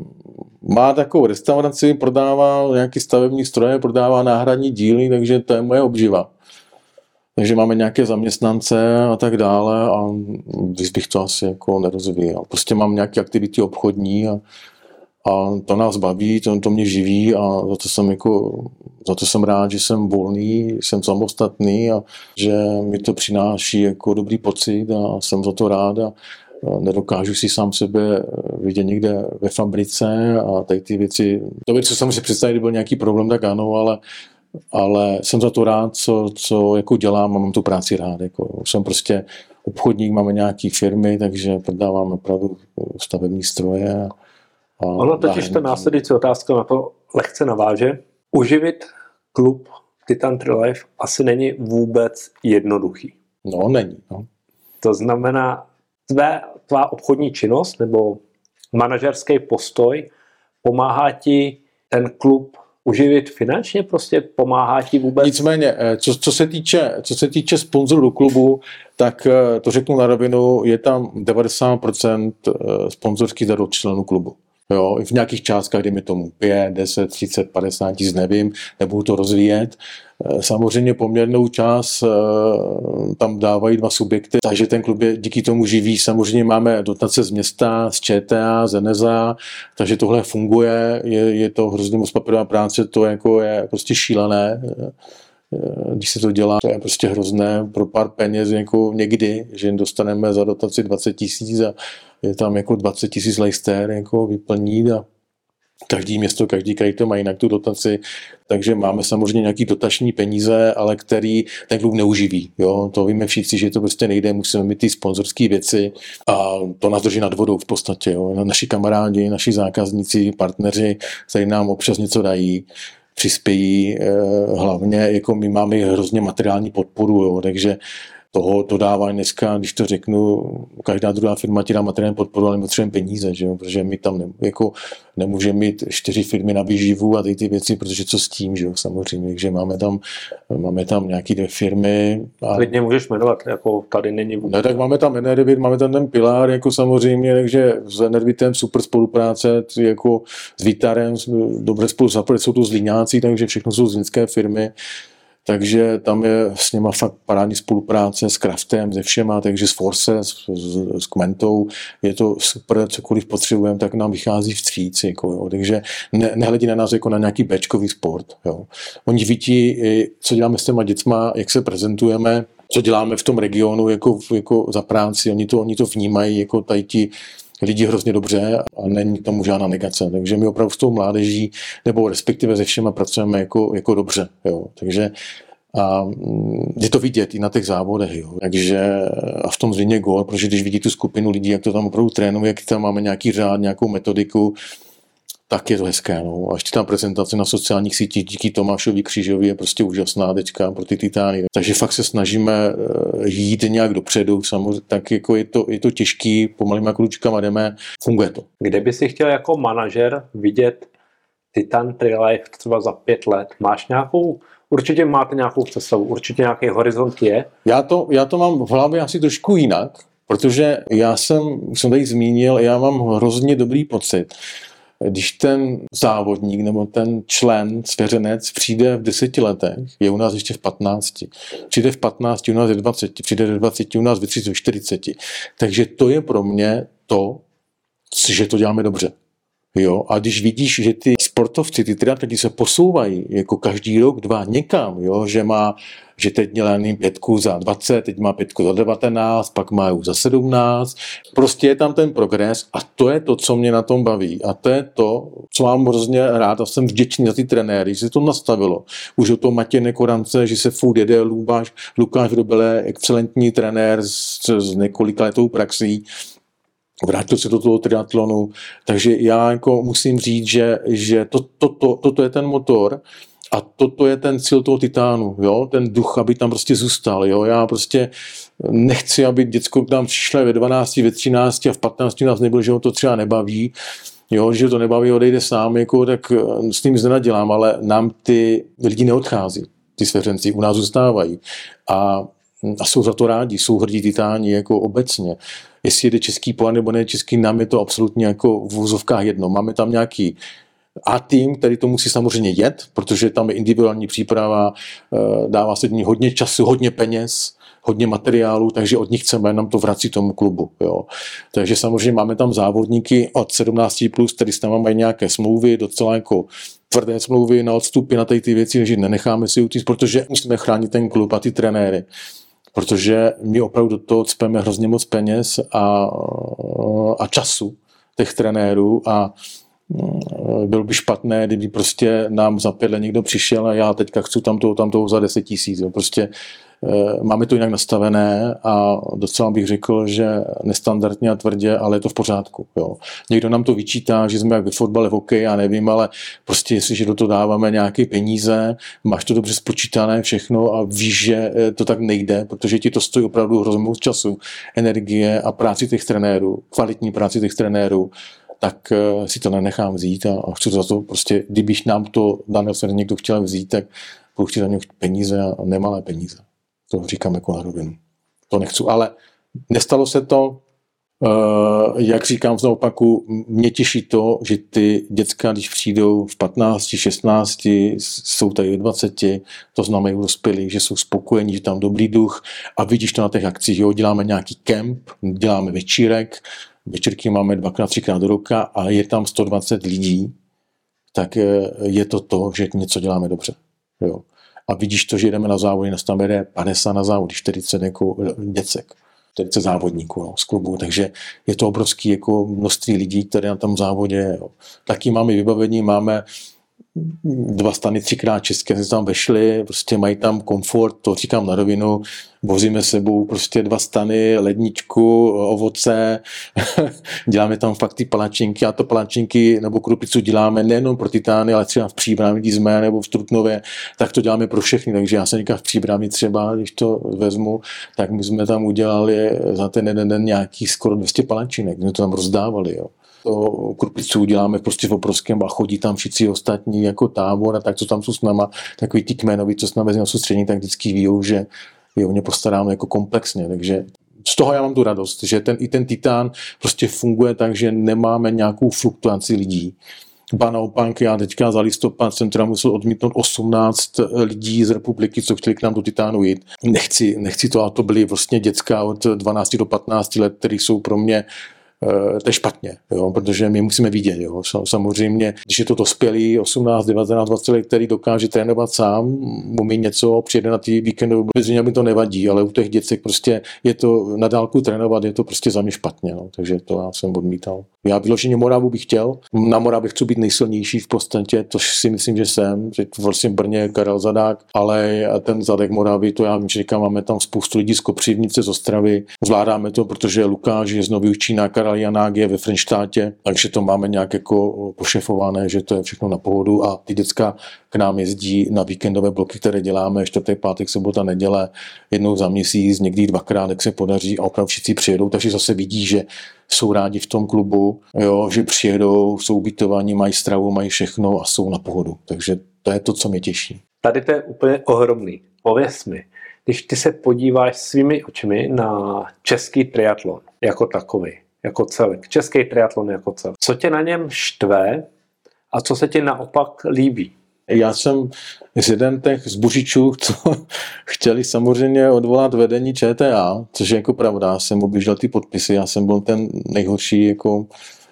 má takovou restauraci, prodává nějaký stavební stroje, prodává náhradní díly, takže to je moje obživa. Takže máme nějaké zaměstnance a tak dále a když bych to asi jako nerozvíjel. Prostě mám nějaké aktivity obchodní a, a to nás baví, to, to mě živí a za to jsem jako, za to jsem rád, že jsem volný, jsem samostatný a že mi to přináší jako dobrý pocit a jsem za to rád a nedokážu si sám sebe vidět někde ve fabrice a tady ty věci. To věc, co jsem si představil, kdyby byl nějaký problém, tak ano, ale ale jsem za to rád, co, co jako dělám a mám tu práci rád. Jako. Jsem prostě obchodník, máme nějaké firmy, takže prodáváme opravdu stavební stroje. A ono totiž ta následující otázka na to lehce naváže. Uživit klub Titan Tri Life asi není vůbec jednoduchý. No, není. No. To znamená, tvé, tvá obchodní činnost nebo manažerský postoj pomáhá ti ten klub uživit finančně, prostě pomáhá ti vůbec? Nicméně, co, co se týče, co se týče sponzorů klubu, tak to řeknu na rovinu, je tam devadesát procent sponzorských darů členů klubu. Jo, i v nějakých částkách, dejme tomu pět, deset, třicet, padesát tisíc, nevím, nebudu to rozvíjet. Samozřejmě poměrnou část tam dávají dva subjekty, takže ten klub je díky tomu živý. Samozřejmě máme dotace z města, z ČTA, z N S A, takže tohle funguje, je, je to hrozně moc papírová práce, to jako je prostě šílené. Když se to dělá, to je prostě hrozné pro pár peněz jako někdy, že dostaneme za dotaci dvacet tisíc a je tam jako dvacet tisíc lejster jako vyplnit a každý město, každý kraj to má jinak tu dotaci, takže máme samozřejmě nějaký dotační peníze, ale který ten klub neuživí. Jo? To víme všichni, že to prostě nejde, musíme mít ty sponzorské věci a to nás drží nad vodou v podstatě. Jo? Naši kamarádi, naši zákazníci, partneři, kteří nám občas něco dají, přispějí, hlavně jako my máme hrozně materiální podporu, jo? Takže toho to dává dneska, když to řeknu, každá druhá firma ti dá materiální podporu, ale potřebujeme peníze, že jo? Protože my tam ne, jako nemůžeme mít čtyři firmy na výživu a ty, ty věci, protože co s tím, že jo, samozřejmě, takže máme tam, máme tam nějaké dvě firmy. A klidně můžeš jmenovat, jako tady není vůbec. Ne, tak máme tam Enervit, máme tam ten Pilar, jako samozřejmě, takže s Enervitem super spolupráce, jako s Vitarem, dobře spolu zapojit, jsou to Zlíňáci, takže všechno jsou zlínské firmy. Takže tam je s něma fakt parádní spolupráce s Craftem, se všema, takže s Force, s, s, s Kmentou, je to super, cokoliv potřebujeme, tak nám vychází vstříc. Jako, jo. Takže ne, nehledí na nás jako na nějaký béčkový sport. Jo. Oni vidí, co děláme s těma děcma, jak se prezentujeme, co děláme v tom regionu jako, jako za práci, oni to, oni to vnímají jako tady ti lidi hrozně dobře a není tomu žádná negace. Takže my opravdu s tou mládeží, nebo respektive se všema pracujeme jako, jako dobře. Jo. Takže a je to vidět i na těch závodech. Jo. Takže a v tom Zlíně gól, protože když vidí tu skupinu lidí, jak to tam opravdu trénuje, jak tam máme nějaký řád, nějakou metodiku, tak je to hezké. No. A ještě ta prezentace na sociálních sítích díky Tomášovi Křížovi je prostě úžasná teďka pro ty titány. Takže fakt se snažíme jít nějak dopředu, samozřejmě, tak jako je to, je to těžký, pomalýma klučkama jdeme, funguje to. Kde by si chtěl jako manažer vidět Titan Tri Life třeba za pět let? Máš nějakou, určitě máte nějakou představu, určitě nějaký horizont je? Já to, já to mám v hlavě asi trošku jinak, protože já jsem, jsem tady zmínil, já mám hrozně dobrý pocit, když ten závodník nebo ten člen, svěřenec přijde v deseti letech, je u nás ještě v patnácti. Přijde v patnácti, u nás je dvaceti, přijde v dvaceti, u nás ve třiceti, v čtyřiceti. Takže to je pro mě to, že to děláme dobře. Jo? A když vidíš, že ty sportovci, ty triatleti se posouvají jako každý rok, dva někam, jo? Že má, že teď měl pětku za dvacet, teď má pětku za devatenáct, pak má už za sedmnáct. Prostě je tam ten progres a to je to, co mě na tom baví. A to je to, co mám hrozně rád a jsem vděčný za ty trenéry, že se to nastavilo. Už o tom Matěj Nekorance, že se furt jede, Lukáš, Lukáš Vrubele, excelentní trenér s, s několika letou praxí, vrátil se do toho triatlonu, takže já jako musím říct, že, že to, to, to, toto je ten motor a toto je ten cíl toho Titánu, jo? Ten duch, aby tam prostě zůstal. Jo? Já prostě nechci, aby děcko tam přišlo ve dvanácti, ve třinácti a v patnácti nás nebylo, že ho to třeba nebaví, jo? Že to nebaví, odejde sám, jako, tak s tím zde nedělám, ale nám ty lidi neodchází, ty svěřenci u nás zůstávají a A jsou za to rádi, jsou hrdí titáni jako obecně. Jestli jede český pohár nebo ne český, nám je to absolutně jako v úzovkách jedno. Máme tam nějaký A tým, který to musí samozřejmě jet, protože tam je individuální příprava, dává se dní hodně času, hodně peněz, hodně materiálu, takže od nich chceme, nám to vrací tomu klubu. Jo. Takže samozřejmě máme tam závodníky od sedmnácti plus, který s námi mají nějaké smlouvy, docela jako tvrdé smlouvy na odstupy, na ty věci, že nenecháme si utíct, protože musíme chránit ten klub a ty trenéry. Protože my opravdu do toho cpeme hrozně moc peněz a, a času těch trenérů a bylo by špatné, kdyby prostě nám za pět let někdo přišel a já teďka chci tam toho, tam toho za deset tisíc. Prostě máme to jinak nastavené a docela bych řekl, že nestandardně a tvrdě, ale je to v pořádku. Jo. Někdo nám to vyčítá, že jsme jak ve fotbale, v hokeji, já nevím, ale prostě jestliže do toho dáváme nějaké peníze, máš to dobře spočítané všechno a víš, že to tak nejde, protože ti to stojí opravdu hrozně moc času, energie a práci těch trenérů, kvalitní práci těch trenérů, tak si to nenechám vzít a chci za to prostě, kdybych nám to dané někdo chtěl vzít, tak budu chtít za něj peníze a nemalé peníze. To říkám jako na rovinu. To nechci, ale nestalo se to, jak říkám znovu opaku, mě těší to, že ty děcka, když přijdou v patnácti, šestnácti, jsou tady v dvaceti, to znamená dospělí, že jsou spokojení, že tam dobrý duch a vidíš to na těch akcích, jo, děláme nějaký kemp, děláme večírek, večírky máme dvakrát, třikrát do roka a je tam sto dvacet lidí, tak je to to, že něco děláme dobře. Jo. A vidíš to, že jdeme na závody, nás tam jede padesát na závody, čtyřicet jako děcek, čtyřicet závodníků no, z klubu, takže je to obrovské jako množství lidí, které na tom závodě. Jo. Taky máme vybavení, máme dva stany třikrát české, jsme tam vešli, prostě mají tam komfort, to říkám na rovinu, vozíme sebou prostě dva stany, ledničku, ovoce, děláme tam fakt ty palačinky a to palačinky nebo krupicu děláme nejenom pro Titány, ale třeba v Příbrami, když jsme, nebo v Trutnově, tak to děláme pro všechny, takže já jsem říkal v Příbrami třeba, když to vezmu, tak my jsme tam udělali za ten jeden den nějaký skoro dvě stě palačinek, jsme to tam rozdávali, jo. To krupicu děláme prostě v obrovském a chodí tam všichni ostatní jako tábor a tak, co tam jsou s náma, takový ty kmenoví, co s námi vezí na soustředění, tak vždycky ví, že je o ně postaráme jako komplexně, takže z toho já mám tu radost, že ten, i ten Titán prostě funguje tak, že nemáme nějakou fluktuaci lidí. Ba naopak, já teďka za listopad jsem teda musel odmítnout osmnáct lidí z republiky, co chtěli k nám do Titánu jít. Nechci, nechci to, a to byly vlastně děcka od dvanácti do patnácti let, které jsou pro mě to je špatně, jo, protože my musíme vidět. Jo. Samozřejmě, když je to dospělý osmnáct, devatenáct, dvacet let, který dokáže trénovat sám, umí něco, přijede na ty víkendové, bezřejmě mi to nevadí, ale u těch děcek prostě je to na dálku trénovat, je to prostě za mě špatně, no. Takže to já jsem odmítal. Já vyloženě Moravu bych chtěl, na Moravě chci být nejsilnější v podstatě, to si myslím, že jsem, že vlastně v Brně Karel Zadák, ale ten zadek Moravy, to já vím, že říkám, máme tam spoustu lidí z Kopřivnice, z Ostravy, zvládáme to, protože Lukáš je z Nových Čína, Karel Janák je ve Frenštátě, takže to máme nějak jako pošefované, že to je všechno na pohodu a ty děcka k nám jezdí na víkendové bloky, které děláme čtvrtek, pátek, sobota, neděle, jednou za měsíc, někdy dvakrát, jak se podaří a opravdu všichni přijedou, takže zase vidí, že jsou rádi v tom klubu, jo, že přijedou, jsou ubytovaní, mají stravu, mají všechno a jsou na pohodu, takže to je to, co mě těší. Tady to je úplně ohromný. Pověz mi, když ty se podíváš svými očmi na český triatlon jako takový, jako celek, český triatlon jako celek. Co tě na něm štve a co se ti naopak líbí? Já jsem z jeden těch zbuřičů, co chtěli samozřejmě odvolat vedení ČTA, což je jako pravda, jsem objížděl ty podpisy, já jsem byl ten nejhorší jako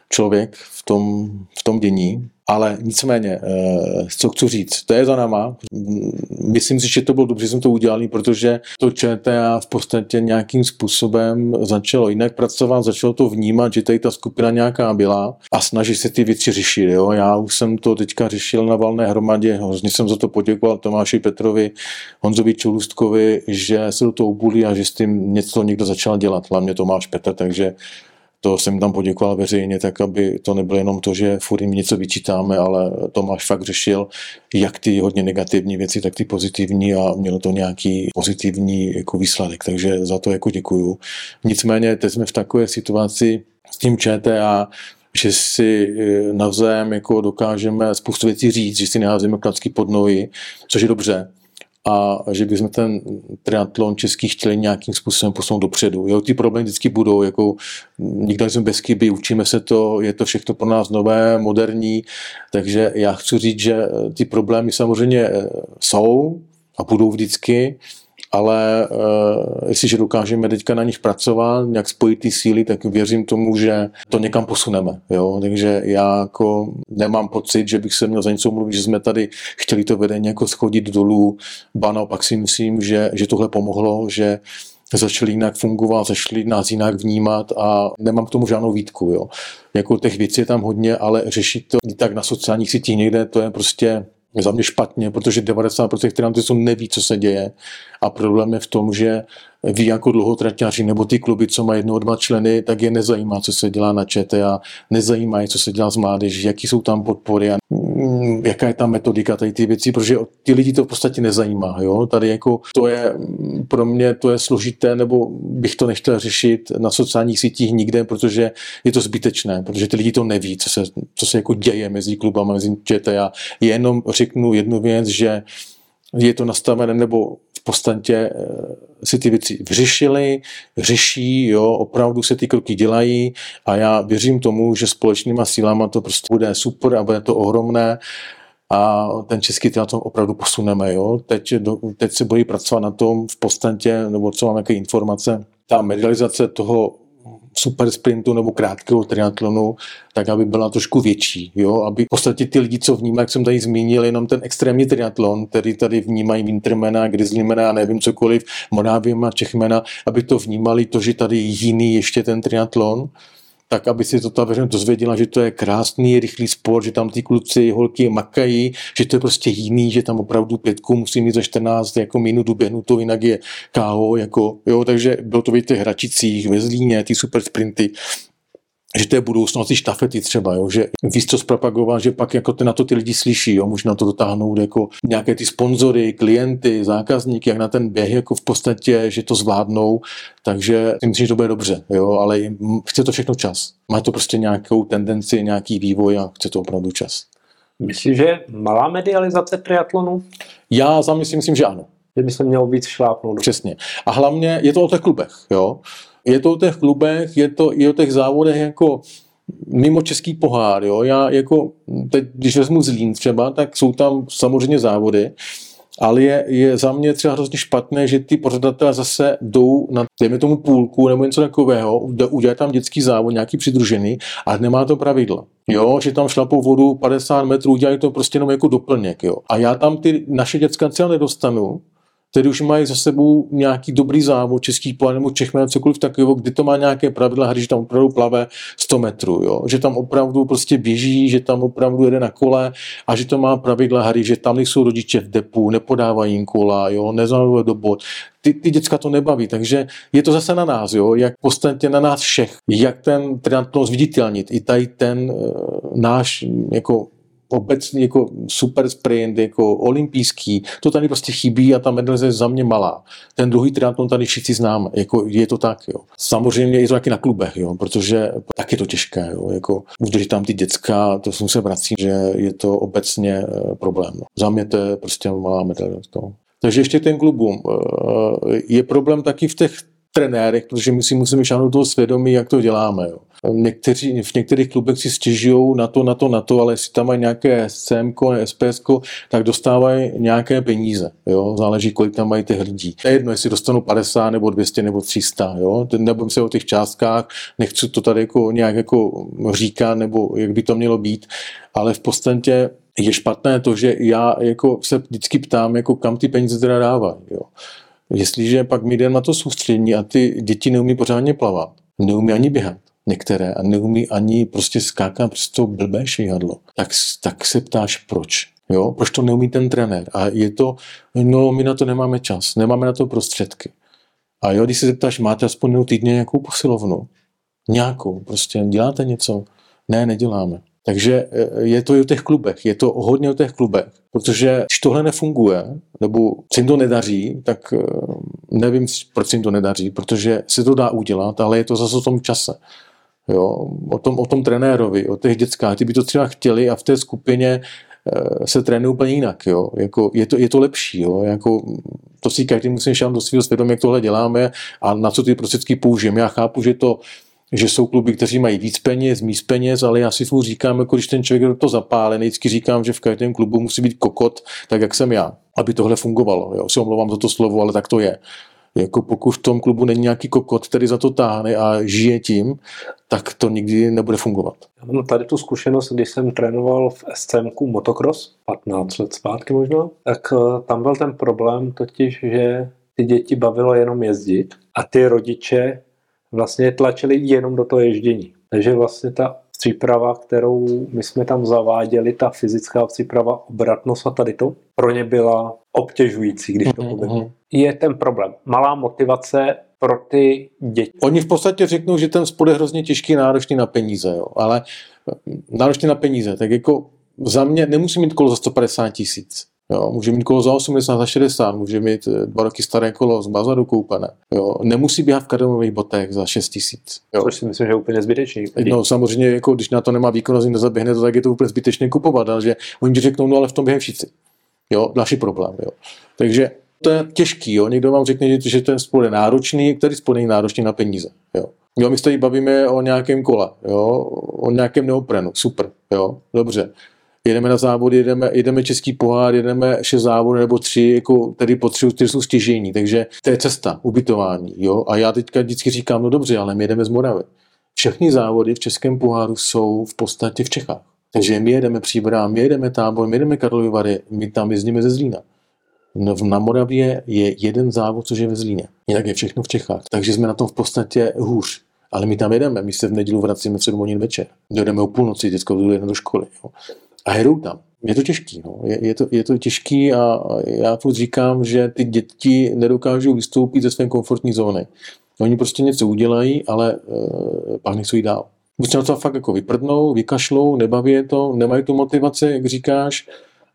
člověk v tom, v tom dění. Ale nicméně, co chci říct, to je za náma. Myslím si, že to bylo dobře, že jsme to udělali, protože to ČTA v podstatě nějakým způsobem začalo jinak pracovat, začalo to vnímat, že tady ta skupina nějaká byla a snaží se ty věci řešit. Jo? Já už jsem to teďka řešil na valné hromadě, hrozně jsem za to poděkoval Tomáši Petrovi, Honzovi Čulůstkovi, že se do toho obulí a že s tím něco někdo začal dělat, hlavně Tomáš Petr, takže to jsem tam poděkoval veřejně, tak aby to nebylo jenom to, že furt jim něco vyčítáme, ale Tomáš fakt řešil jak ty hodně negativní věci, tak ty pozitivní a mělo to nějaký pozitivní jako výsledek, takže za to jako děkuju. Nicméně teď jsme v takové situaci s tím ČTA, že si navzájem jako dokážeme spoustu věcí říct, že si neházíme klacky pod nohy, což je dobře. A že bychom ten triatlon český chtěli nějakým způsobem posunout dopředu. Jo, ty problémy vždycky budou, jako nikdo jsme bez chyby, učíme se to, je to všechno pro nás nové, moderní, takže já chci říct, že ty problémy samozřejmě jsou a budou vždycky, ale uh, jestliže dokážeme teďka na nich pracovat, nějak spojit ty síly, tak věřím tomu, že to někam posuneme. Jo? Takže já jako nemám pocit, že bych se měl za něco mluvit, že jsme tady chtěli to vedení jako schodit dolů. Ba naopak si myslím, že, že tohle pomohlo, že začali jinak fungovat, začali nás jinak vnímat a nemám k tomu žádnou výtku. Jo? Jako těch věcí je tam hodně, ale řešit to tak na sociálních sítích někde, to je prostě za mě špatně, protože devadesát procent triatlonistů neví, co se děje a problém je v tom, že ví jako dlouhotraťáři nebo ty kluby, co mají jednoho, dva členy, tak je nezajímá, co se dělá na ČTA, nezajímá je, co se dělá s mládeží, jaký jsou tam podpory a jaká je tam metodika, tady ty věci, protože ty lidi to v podstatě nezajímá. Jo? Tady jako to je pro mě to je složité, nebo bych to nechtěl řešit na sociálních sítích nikde, protože je to zbytečné, protože ty lidi to neví, co se, co se jako děje mezi klubama, mezi ČTA. Jenom řeknu jednu věc, že je to nastavené, nebo v podstatě si ty věci vyřešili, řeší, jo, opravdu se ty kroky dělají a já věřím tomu, že společnýma sílama to prostě bude super a bude to ohromné a ten český triatlon opravdu posuneme. Jo. Teď, teď se bude pracovat na tom v podstatě, nebo co mám jaké informace, ta medializace toho super sprintu nebo krátkého triatlonu, tak aby byla trošku větší. Jo? Aby v podstatě ty lidi, co vnímají, jak jsem tady zmínil, jenom ten extrémní triatlon, který tady vnímají Wintermana, Grizzlymana a nevím cokoliv, Moraviema, Čechmana, aby to vnímali to, že tady je jiný ještě ten triatlon, tak aby si to ta veřejnost dozvěděla, že to je krásný, rychlý sport, že tam ty kluci, holky makají, že to je prostě jiný, že tam opravdu pětku musí mít za čtrnáct jako minut uběhnutou, jinak je ká ó, jako, jo, takže bylo to v těch Hračicích, ve Zlíně, ty super sprinty, že to je budoucnost, ty štafety třeba, jo, že víc to zpropagovat, že pak jako na to ty lidi slyší, jo, možná to dotáhnout jako nějaké ty sponzory, klienty, zákazníky, jak na ten běh jako v podstatě, že to zvládnou, takže myslím, že to bude dobře, jo, ale chce to všechno čas. Má to prostě nějakou tendenci, nějaký vývoj a chce to opravdu čas. Myslíš, že malá medializace triatlonu? Já za myslím, myslím, že ano. Že by se mělo víc šlápnout. Přesně. A hlavně je to o těch klubech, jo. Je to o těch klubech, je to i o těch závodech jako mimo český pohár, jo. Já jako, teď, když vezmu Zlín třeba, tak jsou tam samozřejmě závody, ale je, je za mě třeba hrozně špatné, že ty pořadatelé zase jdou na, dejme tomu půlku nebo něco takového, udělají tam dětský závod, nějaký přidružený, ale nemá to pravidla. Jo, že tam šlapou vodu padesát metrů, udělají to prostě jenom jako doplněk, jo. A já tam ty naše děcka třeba nedostanu, který už mají za sebou nějaký dobrý závod, český pohár nebo Čechmena, cokoliv takového, kdy to má nějaké pravidla hry, že tam opravdu plave sto metrů, jo? Že tam opravdu prostě běží, že tam opravdu jede na kole a že to má pravidla hry, že tam nejsou rodiče v depu, nepodávají jim kola, jo? Nezajímavé do bod. Ty, ty děcka to nebaví, takže je to zase na nás, jo? Jak v podstatě na nás všech, jak ten triatlon zviditelnit, i tady ten uh, náš jako obecně jako super sprint, jako olympijský, to tady prostě chybí a ta medalizace je za mě malá. Ten druhý triatlon tady všichni známe, jako je to tak, jo. Samozřejmě je to taky na klubech, jo, protože tak je to těžké, jo, jako udržet tam ty děcka, to jsem se vracím, že je to obecně problém. No. Za mě to je prostě malá medalizace. Takže ještě ten klubům. Je problém taky v těch trenérech, protože my si musíme šáhnout toho svědomí, jak to děláme. Jo. někteří, v některých klubech si stěžují na to, na to, na to, ale jestli tam mají nějaké S C M ko, S P S ko, tak dostávají nějaké peníze. Jo? Záleží, kolik tam mají těch lidí. To je jedno, jestli dostanou padesát nebo dvě stě nebo tři sta. Jo? Nebudem se o těch částkách, nechci to tady jako nějak jako říkat, nebo jak by to mělo být, ale v podstatě je špatné to, že já jako se vždycky ptám, jako kam ty peníze teda dávají. Jo? Jestliže pak mi jdem na to soustředění a ty děti neumí pořádně plavat, neumí ani běhat některé a neumí ani prostě skákat přes to blbé švihadlo, tak, tak se ptáš proč. Jo? Proč to neumí ten trenér? A je to, no my na to nemáme čas, nemáme na to prostředky. A jo, když se zeptáš, máte aspoň jednou týdně nějakou posilovnu? Nějakou, prostě děláte něco? Ne, neděláme. Takže je to i o těch klubech, je to hodně o těch klubech, protože když tohle nefunguje, nebo se jim to nedaří, tak nevím, proč se jim to nedaří, protože se to dá udělat, ale je to zase o tom čase. Jo? O tom, o tom trenérovi, o těch dětskách, ty by to třeba chtěli a v té skupině se trénuje úplně jinak. Jo? Jako, je, to, je to lepší. Jo? Jako, to si každý musí šát do svého svědomí, jak tohle děláme a na co ty prostředky použijeme. Já chápu, že to že jsou kluby, kteří mají víc peněz, víc peněz, ale já si furt říkám, jako když ten člověk do to zapálí, vždycky říkám, že v každém klubu musí být kokot, tak jak jsem já, aby tohle fungovalo. Jo, si omlouvám za to slovo, ale tak to je. Jako pokud v tom klubu není nějaký kokot, který za to táhne a žije tím, tak to nikdy nebude fungovat. Já mám tady tu zkušenost, když jsem trénoval v S C M ku motocross, patnáct let zpátky možná, tak tam byl ten problém totiž, že ty děti bavilo jenom jezdit a ty rodiče vlastně tlačili jenom do toho ježdění. Takže vlastně ta příprava, kterou my jsme tam zaváděli, ta fyzická příprava, obratnost a tady to, pro ně byla obtěžující, když to poběhlo. Je ten problém. Malá motivace pro ty děti. Oni v podstatě řeknou, že ten sport je hrozně těžký, náročný na peníze, jo. Ale náročný na peníze, tak jako za mě nemusí mít kolo za sto padesát tisíc. Jo, může mít kolo za osmdesát, za šedesát, může mít dva roky staré kolo z bazaru koupené. Jo, nemusí běhat v kardomových botech za šest tisíc. Což si myslím, že je úplně zbytečný. No samozřejmě, jako, když na to nemá výkonnost, nezaběhne to, tak je to úplně zbytečné kupovat, ale že oni ti řeknou, no ale v tom běhají všichni. Jo, další problém. Jo. Takže to je těžký. Jo. Někdo vám řekne, že ten sport je náročný, který sport je náročný na peníze. Jo. Jo, my se tady bavíme o nějakém kole, jo, o nějakém neoprenu. Super, jo, dobře. Jedeme na závody, jedeme, jedeme český pohár, jedeme šest závodů nebo tři, jako tady po tři, které jsou stěžejní. Takže to je cesta, ubytování. Jo? A já teďka vždycky říkám, no dobře, ale my jedeme z Moravy. Všechny závody v českém poháru jsou v podstatě v Čechách. Takže my jedeme Příbram, my jedeme Tábor, my jedeme Karlovy Vary, my tam jezdíme ze Zlína. No, na Moravě je jeden závod, což je ve Zlíně. Jinak je všechno v Čechách. Takže jsme na tom v podstatě hůř. Ale my tam jedeme, my se v neděli vracíme v sedm hodin večer. Dojedeme o půlnoci, děcko jde do školy. Jo? A jedou tam. Je to těžký. No. Je, je, to, je to těžký a já furt říkám, že ty děti nedokážou vystoupit ze své komfortní zóny. Oni prostě něco udělají, ale e, pak nechcou jít dál. Buď se na to fakt jako vyprdnou, vykašlou, nebaví je to, nemají tu motivaci, jak říkáš,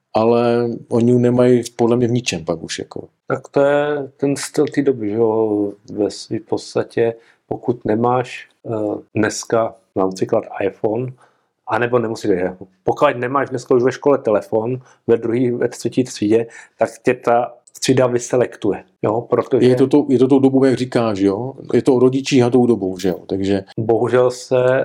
ale oni nemají podle mě v ničem pak už. Jako. Tak to je ten styl té doby, že jo, ve své podstatě, pokud nemáš uh, dneska například iPhone, a nebo nemusíš, pokud nemáš dneska už ve škole telefon, ve druhé, ve třetí třídě, tak tě ta třída vyselektuje. Jo? Protože je, to to, je to tou dobou, jak říkáš, jo? Je to o rodičích a tou dobou, že jo? Takže bohužel se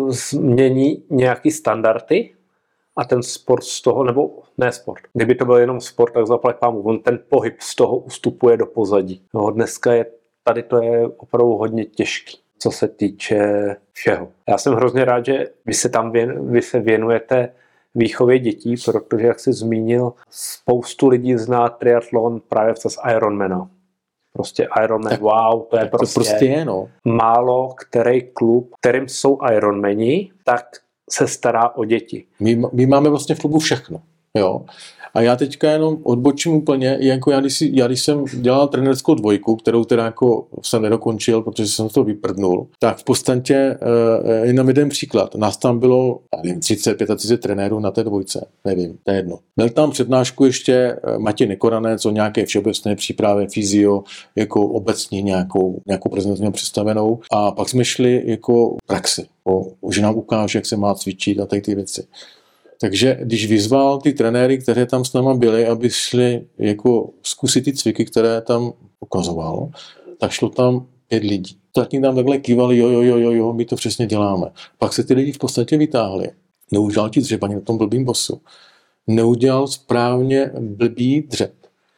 změní nějaký standardy a ten sport z toho, nebo ne sport. Kdyby to byl jenom sport, tak zaplať pámu, on ten pohyb z toho ustupuje do pozadí. No, dneska je, tady to je opravdu hodně těžký, co se týče všeho. Já jsem hrozně rád, že vy se tam věn, vy se věnujete výchově dětí, protože, jak jsi zmínil, spoustu lidí zná triatlon právě přes Ironmana. Prostě Ironman, tak, wow, to je prostě, to prostě je, no. Málo který klub, kterým jsou Ironmani, tak se stará o děti. My, my máme vlastně v klubu všechno, jo. A já teďka jenom odbočím úplně, jako já když, si, já když jsem dělal trenérskou dvojku, kterou teda jako jsem nedokončil, protože jsem to vyprdnul, tak v podstatě uh, jenom jeden příklad. Nás tam bylo, nevím, třicet, třicet pět trenérů na té dvojce, nevím, to je jedno. Měl tam přednášku ještě Matěj Nekoranec o nějaké všeobecné přípravě, fyzio, jako obecně nějakou, nějakou prezentaci představenou. A pak jsme šli jako praxi, o, že nám ukáže, jak se má cvičit a tady ty věci. Takže když vyzval ty trenéry, které tam s náma byli, aby šli jako zkusit ty cviky, které tam ukazoval, tak šlo tam pět lidí. Ostatní tam takhle kývali, jo, jo, jo, jo, jo, my to přesně děláme. Pak se ty lidi v podstatě vytáhli. Neudělal ti dřepaní na tom blbým bosu. Neudělal správně blbý dřep.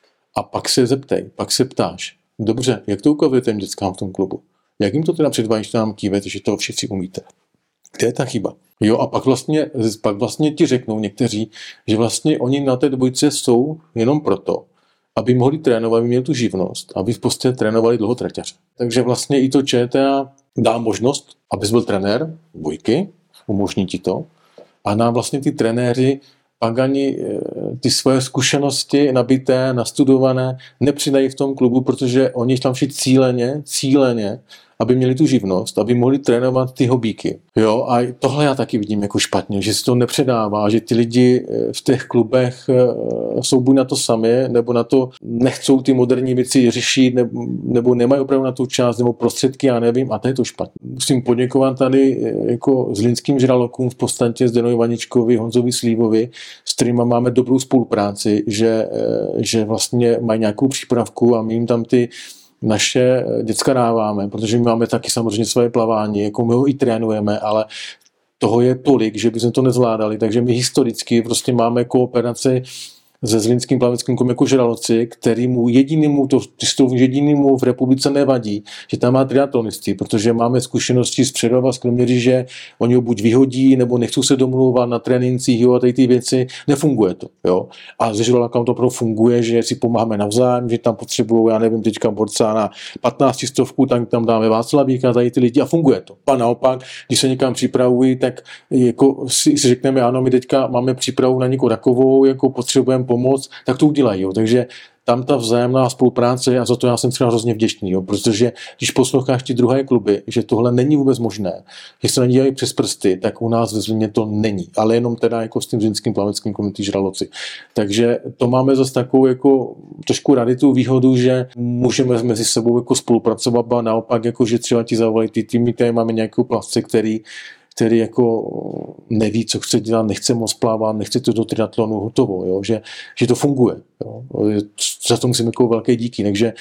A pak se zeptej, pak se ptáš, dobře, jak to ukazuje těm dětskám v tom klubu? Jak jim to teda předvájíš, nám kývete, že to všichni umíte? To je ta chyba. Jo, a pak vlastně, pak vlastně ti řeknou někteří, že vlastně oni na té dvojce jsou jenom proto, aby mohli trénovat, aby měli tu živnost, aby v podstatě trénovali dlouhotraťaře. Takže vlastně i to ČTA dá možnost, abys byl trenér dvojky, umožní ti to, a nám vlastně ty trenéři pak ani ty svoje zkušenosti nabité, nastudované nepřidají v tom klubu, protože oni tam šli cíleně, cíleně, aby měli tu živnost, aby mohli trénovat ty hobíky. Jo, a tohle já taky vidím jako špatně, že se to nepředává, že ty lidi v těch klubech jsou buď na to sami, nebo na to nechcou ty moderní věci řešit, nebo, nebo nemají opravdu na tu část, nebo prostředky, já nevím, a to je to špatně. Musím poděkovat tady jako zlínským žralokům v podstatě Zdenovi Vaničkovi, Honzovi Slívovi, s kterými máme dobrou spolupráci, že, že vlastně mají nějakou přípravku a my jim tam ty naše děcka dáváme, protože my máme taky samozřejmě své plavání, jako my ho i trénujeme, ale toho je tolik, že bychom to nezvládali, takže my historicky prostě máme kooperaci se Zlínským plaveckým klubem jako žraloci, kterýmu jedinému, to jedinému v republice nevadí, že tam má triatlonisty, protože máme zkušenosti z Přerova, z Kroměříže, oni ho buď vyhodí, nebo nechcou se domlouvat na trénincích, jo, a tady ty věci, nefunguje to, jo. A ze žralokám to opravdu funguje, že si pomáháme navzájem, že tam potřebují, já nevím, teďka borca na patnáct stovku, tak tam dáme Václavíka, tady ty lidi a funguje to. A naopak, když se někam připravují, tak jako si, si řekneme, ano, my teďka máme přípravu na někoho takovou, jako potřebujeme pomoc, tak to udělají. Jo. Takže tam ta vzájemná spolupráce, a za to já jsem třeba hrozně vděčný, jo, protože když posloucháš ty druhé kluby, že tohle není vůbec možné, že se nedělají přes prsty, tak u nás ve Zlíně to není, ale jenom teda jako s tím Zlínským plaveckým klubem ty žraloci. Takže to máme zase takovou jako trošku raditu výhodu, že můžeme mezi sebou jako spolupracovat, a naopak jako, že třeba ti zavolají ty týmy, tady máme nějakou plavce, který který jako neví, co chce dělat, nechce moc plávat, nechce to do triatlonu, hotovo, jo? Že, že to funguje. Jo? Za to musím jako velké díky. Takže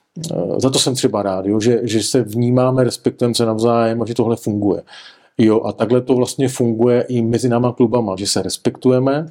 za to jsem třeba rád, jo? Že, že se vnímáme, respektujeme se navzájem a že tohle funguje. Jo? A takhle to vlastně funguje i mezi náma klubama, že se respektujeme.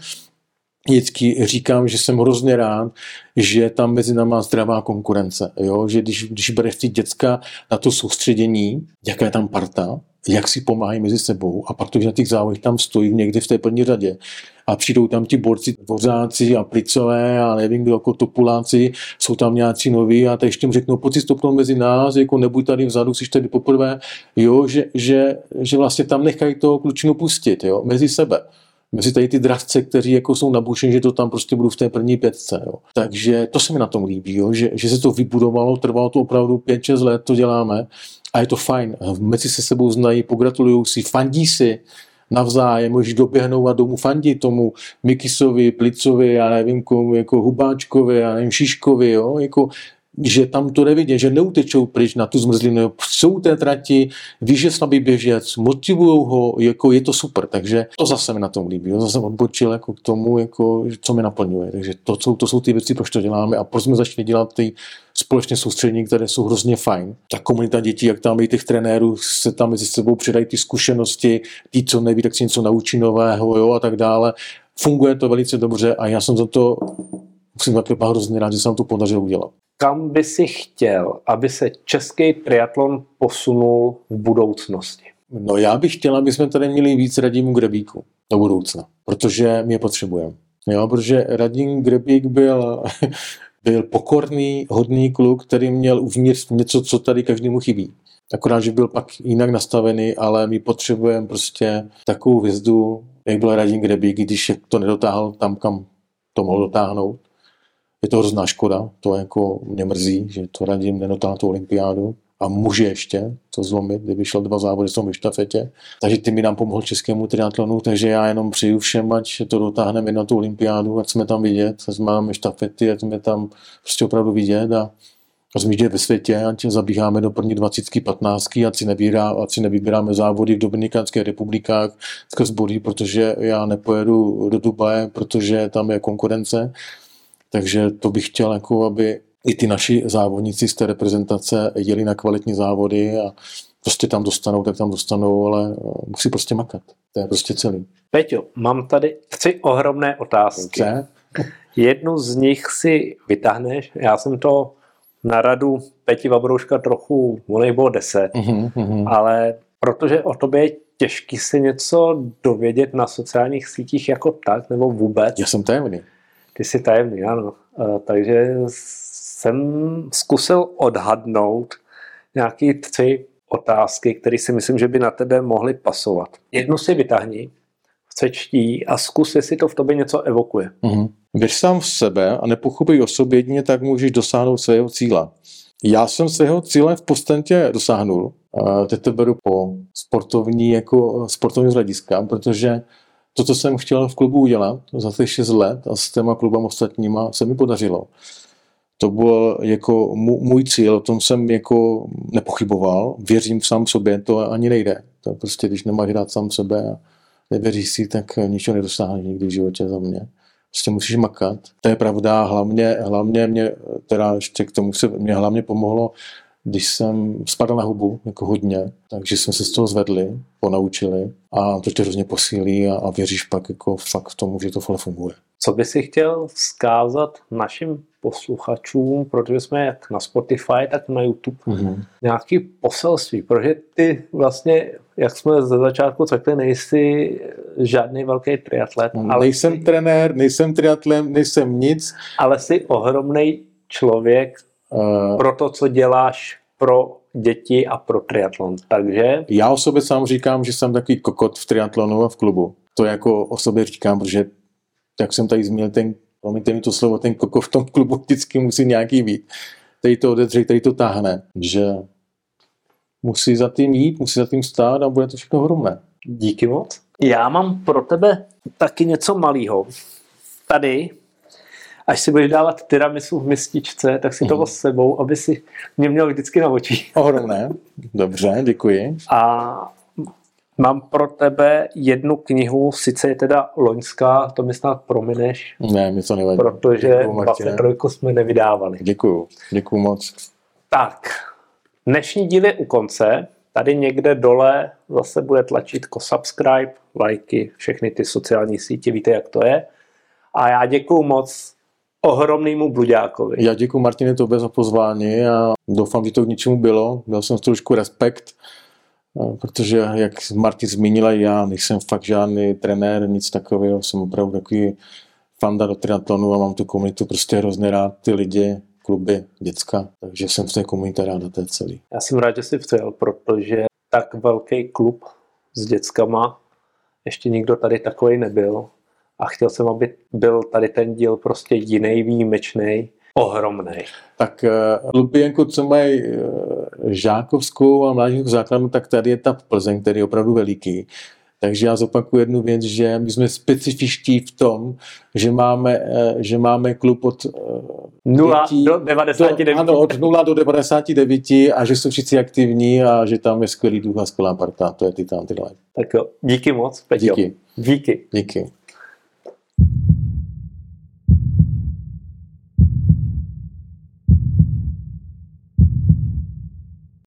Vždycky říkám, že jsem hrozně rád, že tam mezi náma zdravá konkurence. Jo? Že když, když bereš ty děcka na to soustředění, jaká je tam parta, jak si pomáhají mezi sebou, a pak to, že na těch závodech tam stojí někde v té první řadě a přijdou tam ti borci, dvořáci a plicové a nevím kdo, jako topuláci, jsou tam nějací noví a teď ještě jim řeknou, pojď si stopnout mezi nás, jako nebuď tady vzadu, jsi tady poprvé, jo, že, že, že vlastně tam nechají toho klučinu pustit, jo, mezi sebe. Mezi tady ty dravce, kteří jako jsou nabušeni, že to tam prostě budou v té první pětce. Jo. Takže to se mi na tom líbí, jo, že, že se to vybudovalo, trvalo to opravdu pět šest let, to děláme a je to fajn. Mezi se sebou znají, pogratulujou si, fandí si navzájem, můžeš doběhnout a domů fandit tomu Mikisovi, Plicovi, já nevím komu, jako Hubáčkovi, já nevím Šiškovi, jo, jako že tam to nevidí, že neutečou pryč na tu zmrzlinu, jsou té trati, víš, že slabý běžec, motivujou ho, jako je to super, takže to zase mi na tom líbí, jo? Zase odbočil jako k tomu, jako, co mi naplňuje, takže to jsou, to jsou ty věci, proč to děláme a proč jsme začali dělat ty společné soustředění, které jsou hrozně fajn. Ta komunita dětí, jak tam i těch trenérů, se tam mezi sebou předají ty zkušenosti, tí, co neví, tak si něco naučí nového, jo, a tak dále. Funguje to velice dobře a já jsem za to, musím také hrozně rád, že se nám to podařilo udělat. Kam by si chtěl, aby se český triatlon posunul v budoucnosti? No já bych chtěl, aby jsme tady měli víc Radimu Grebíku do budoucna, protože my je potřebujeme. Jo, protože Radim Grebík byl, byl pokorný, hodný kluk, který měl uvnitř něco, co tady každému chybí. Akorát, že byl pak jinak nastavený, ale my potřebujeme prostě takovou hvězdu, jak byl Radim Grebík, když to nedotáhl tam, kam to mohl dotáhnout. Je to hrozná škoda, to jako mě mrzí, že to Radim nedotáhl tu olympiádu a může ještě to zlomit, kdyby šel dva závody v tom štafetě. Takže ty mi nám pomohl českému triatlonu, takže já jenom přeju všem, ať to dotáhneme na tu olympiádu, ať jsme tam vidět, ať máme štafety, ať jsme tam prostě opravdu vidět a rozmíždět ve světě, ať zabíháme do první dvacítky, patnáctky, ať si, nevybírá, ať si nevybíráme závody v Dominikánské republikách skrz body, protože já nepojedu do Dubaje, protože tam je konkurence. Takže to bych chtěl, jako aby i ty naši závodníci z té reprezentace jeli na kvalitní závody a prostě tam dostanou, tak tam dostanou, ale musí prostě makat. To je prostě celý. Peťo, mám tady tři ohromné otázky. Dobře. Jednu z nich si vytáhneš. Já jsem to na radu Peti Vabrouška trochu, ono jich bylo deset, Uhum, uhum. ale protože o tobě je těžký si něco dovědět na sociálních sítích jako tak, nebo vůbec. Já jsem tajemný. Ty jsi tajemný, ano. Takže jsem zkusil odhadnout nějaké tři otázky, které si myslím, že by na tebe mohly pasovat. Jednu si vytáhni, přečtí a zkus, jestli to v tobě něco evokuje. Uhum. Věř sám v sebe a nepochopij o sobě, jedině tak můžeš dosáhnout svého cíle. Já jsem svého cíle v podstatě dosáhnul. Teď to beru po sportovní, jako sportovní hlediska, protože to, co jsem chtěl v klubu udělat za těch šest let a s těma klubama ostatníma se mi podařilo. To byl jako můj cíl, o tom jsem jako nepochyboval. Věřím sám sobě, to ani nejde. To prostě, když nemáš rád sám sebe a nevěříš si, tak ničeho nedosáhneš nikdy v životě za mě. Prostě musíš makat. To je pravda, hlavně, hlavně mě, teda ještě k tomu se mě hlavně pomohlo, když jsem spadl na hubu, jako hodně, takže jsme se z toho zvedli, ponaučili a to tě hrozně posílí a, a věříš pak jako fakt v tomu, že to funguje. Co by si chtěl vzkázat našim posluchačům, protože jsme jak na Spotify, tak na YouTube, mm-hmm. nějaký poselství, protože ty vlastně, jak jsme ze začátku řekli, nejsi žádný velký triatlet. Ale nejsem jsi, trenér, nejsem triatlem, nejsem nic. Ale jsi ohromný člověk uh, pro to, co děláš pro děti a pro triatlon. Takže... Já o sobě sám říkám, že jsem takový kokot v triatlonu a v klubu. To jako o sobě říkám, protože jak jsem tady zmínil, ten, promiňte mi to slovo, ten kokot v tom klubu vždycky musí nějaký být. Tady to odedře, tady to táhne. Že musí za tím jít, musí za tím stát a bude to všechno ohromné. Díky moc. Já mám pro tebe taky něco malýho. Tady, až si budeš dávat tiramisu v mističce, tak si toho s sebou, aby si mě měl vždycky na očích. Ohromné. Dobře, děkuji. A mám pro tebe jednu knihu, sice je teda loňská, to mi snad promineš. Ne, mi to nevadí. Protože dvacet tři jsme nevydávali. Děkuju, děkuju moc. Tak, dnešní díl je u konce. Tady někde dole zase bude tlačítko subscribe, lajky, všechny ty sociální sítě, víte, jak to je. A já děkuju moc ohromnému Bluďákovi. Já děkuju, Martine, tobě za pozvání a doufám, že to k ničemu bylo. Měl jsem trošku respekt, protože, jak Martin zmínila, já nejsem fakt žádný trenér, nic takového, jsem opravdu takový fanda do triatlonu a mám tu komunitu prostě hrozně rád, ty lidi, kluby, děcka, takže jsem v té komunitě rád, to je celý. Já jsem rád, že jsi přijel, protože tak velký klub s dětskama ještě nikdo tady takovej nebyl a chtěl jsem, aby byl tady ten díl prostě jiný, výjimečný, ohromnej. Tak kluby, jako co mají žákovskou a mládežnickou základnu, tak tady je ta Plzeň, který je opravdu veliký. Takže já zopakuju jednu věc, že my jsme specifičtí v tom, že máme, že máme klub od nula do devadesát devět. Do, ano, od nula do devadesát devět a že jsou všichni aktivní a že tam je skvělý duch a skvělá parta. To je Titan Triathlon. Tak jo, díky moc, Peťo. Díky. Díky. Díky.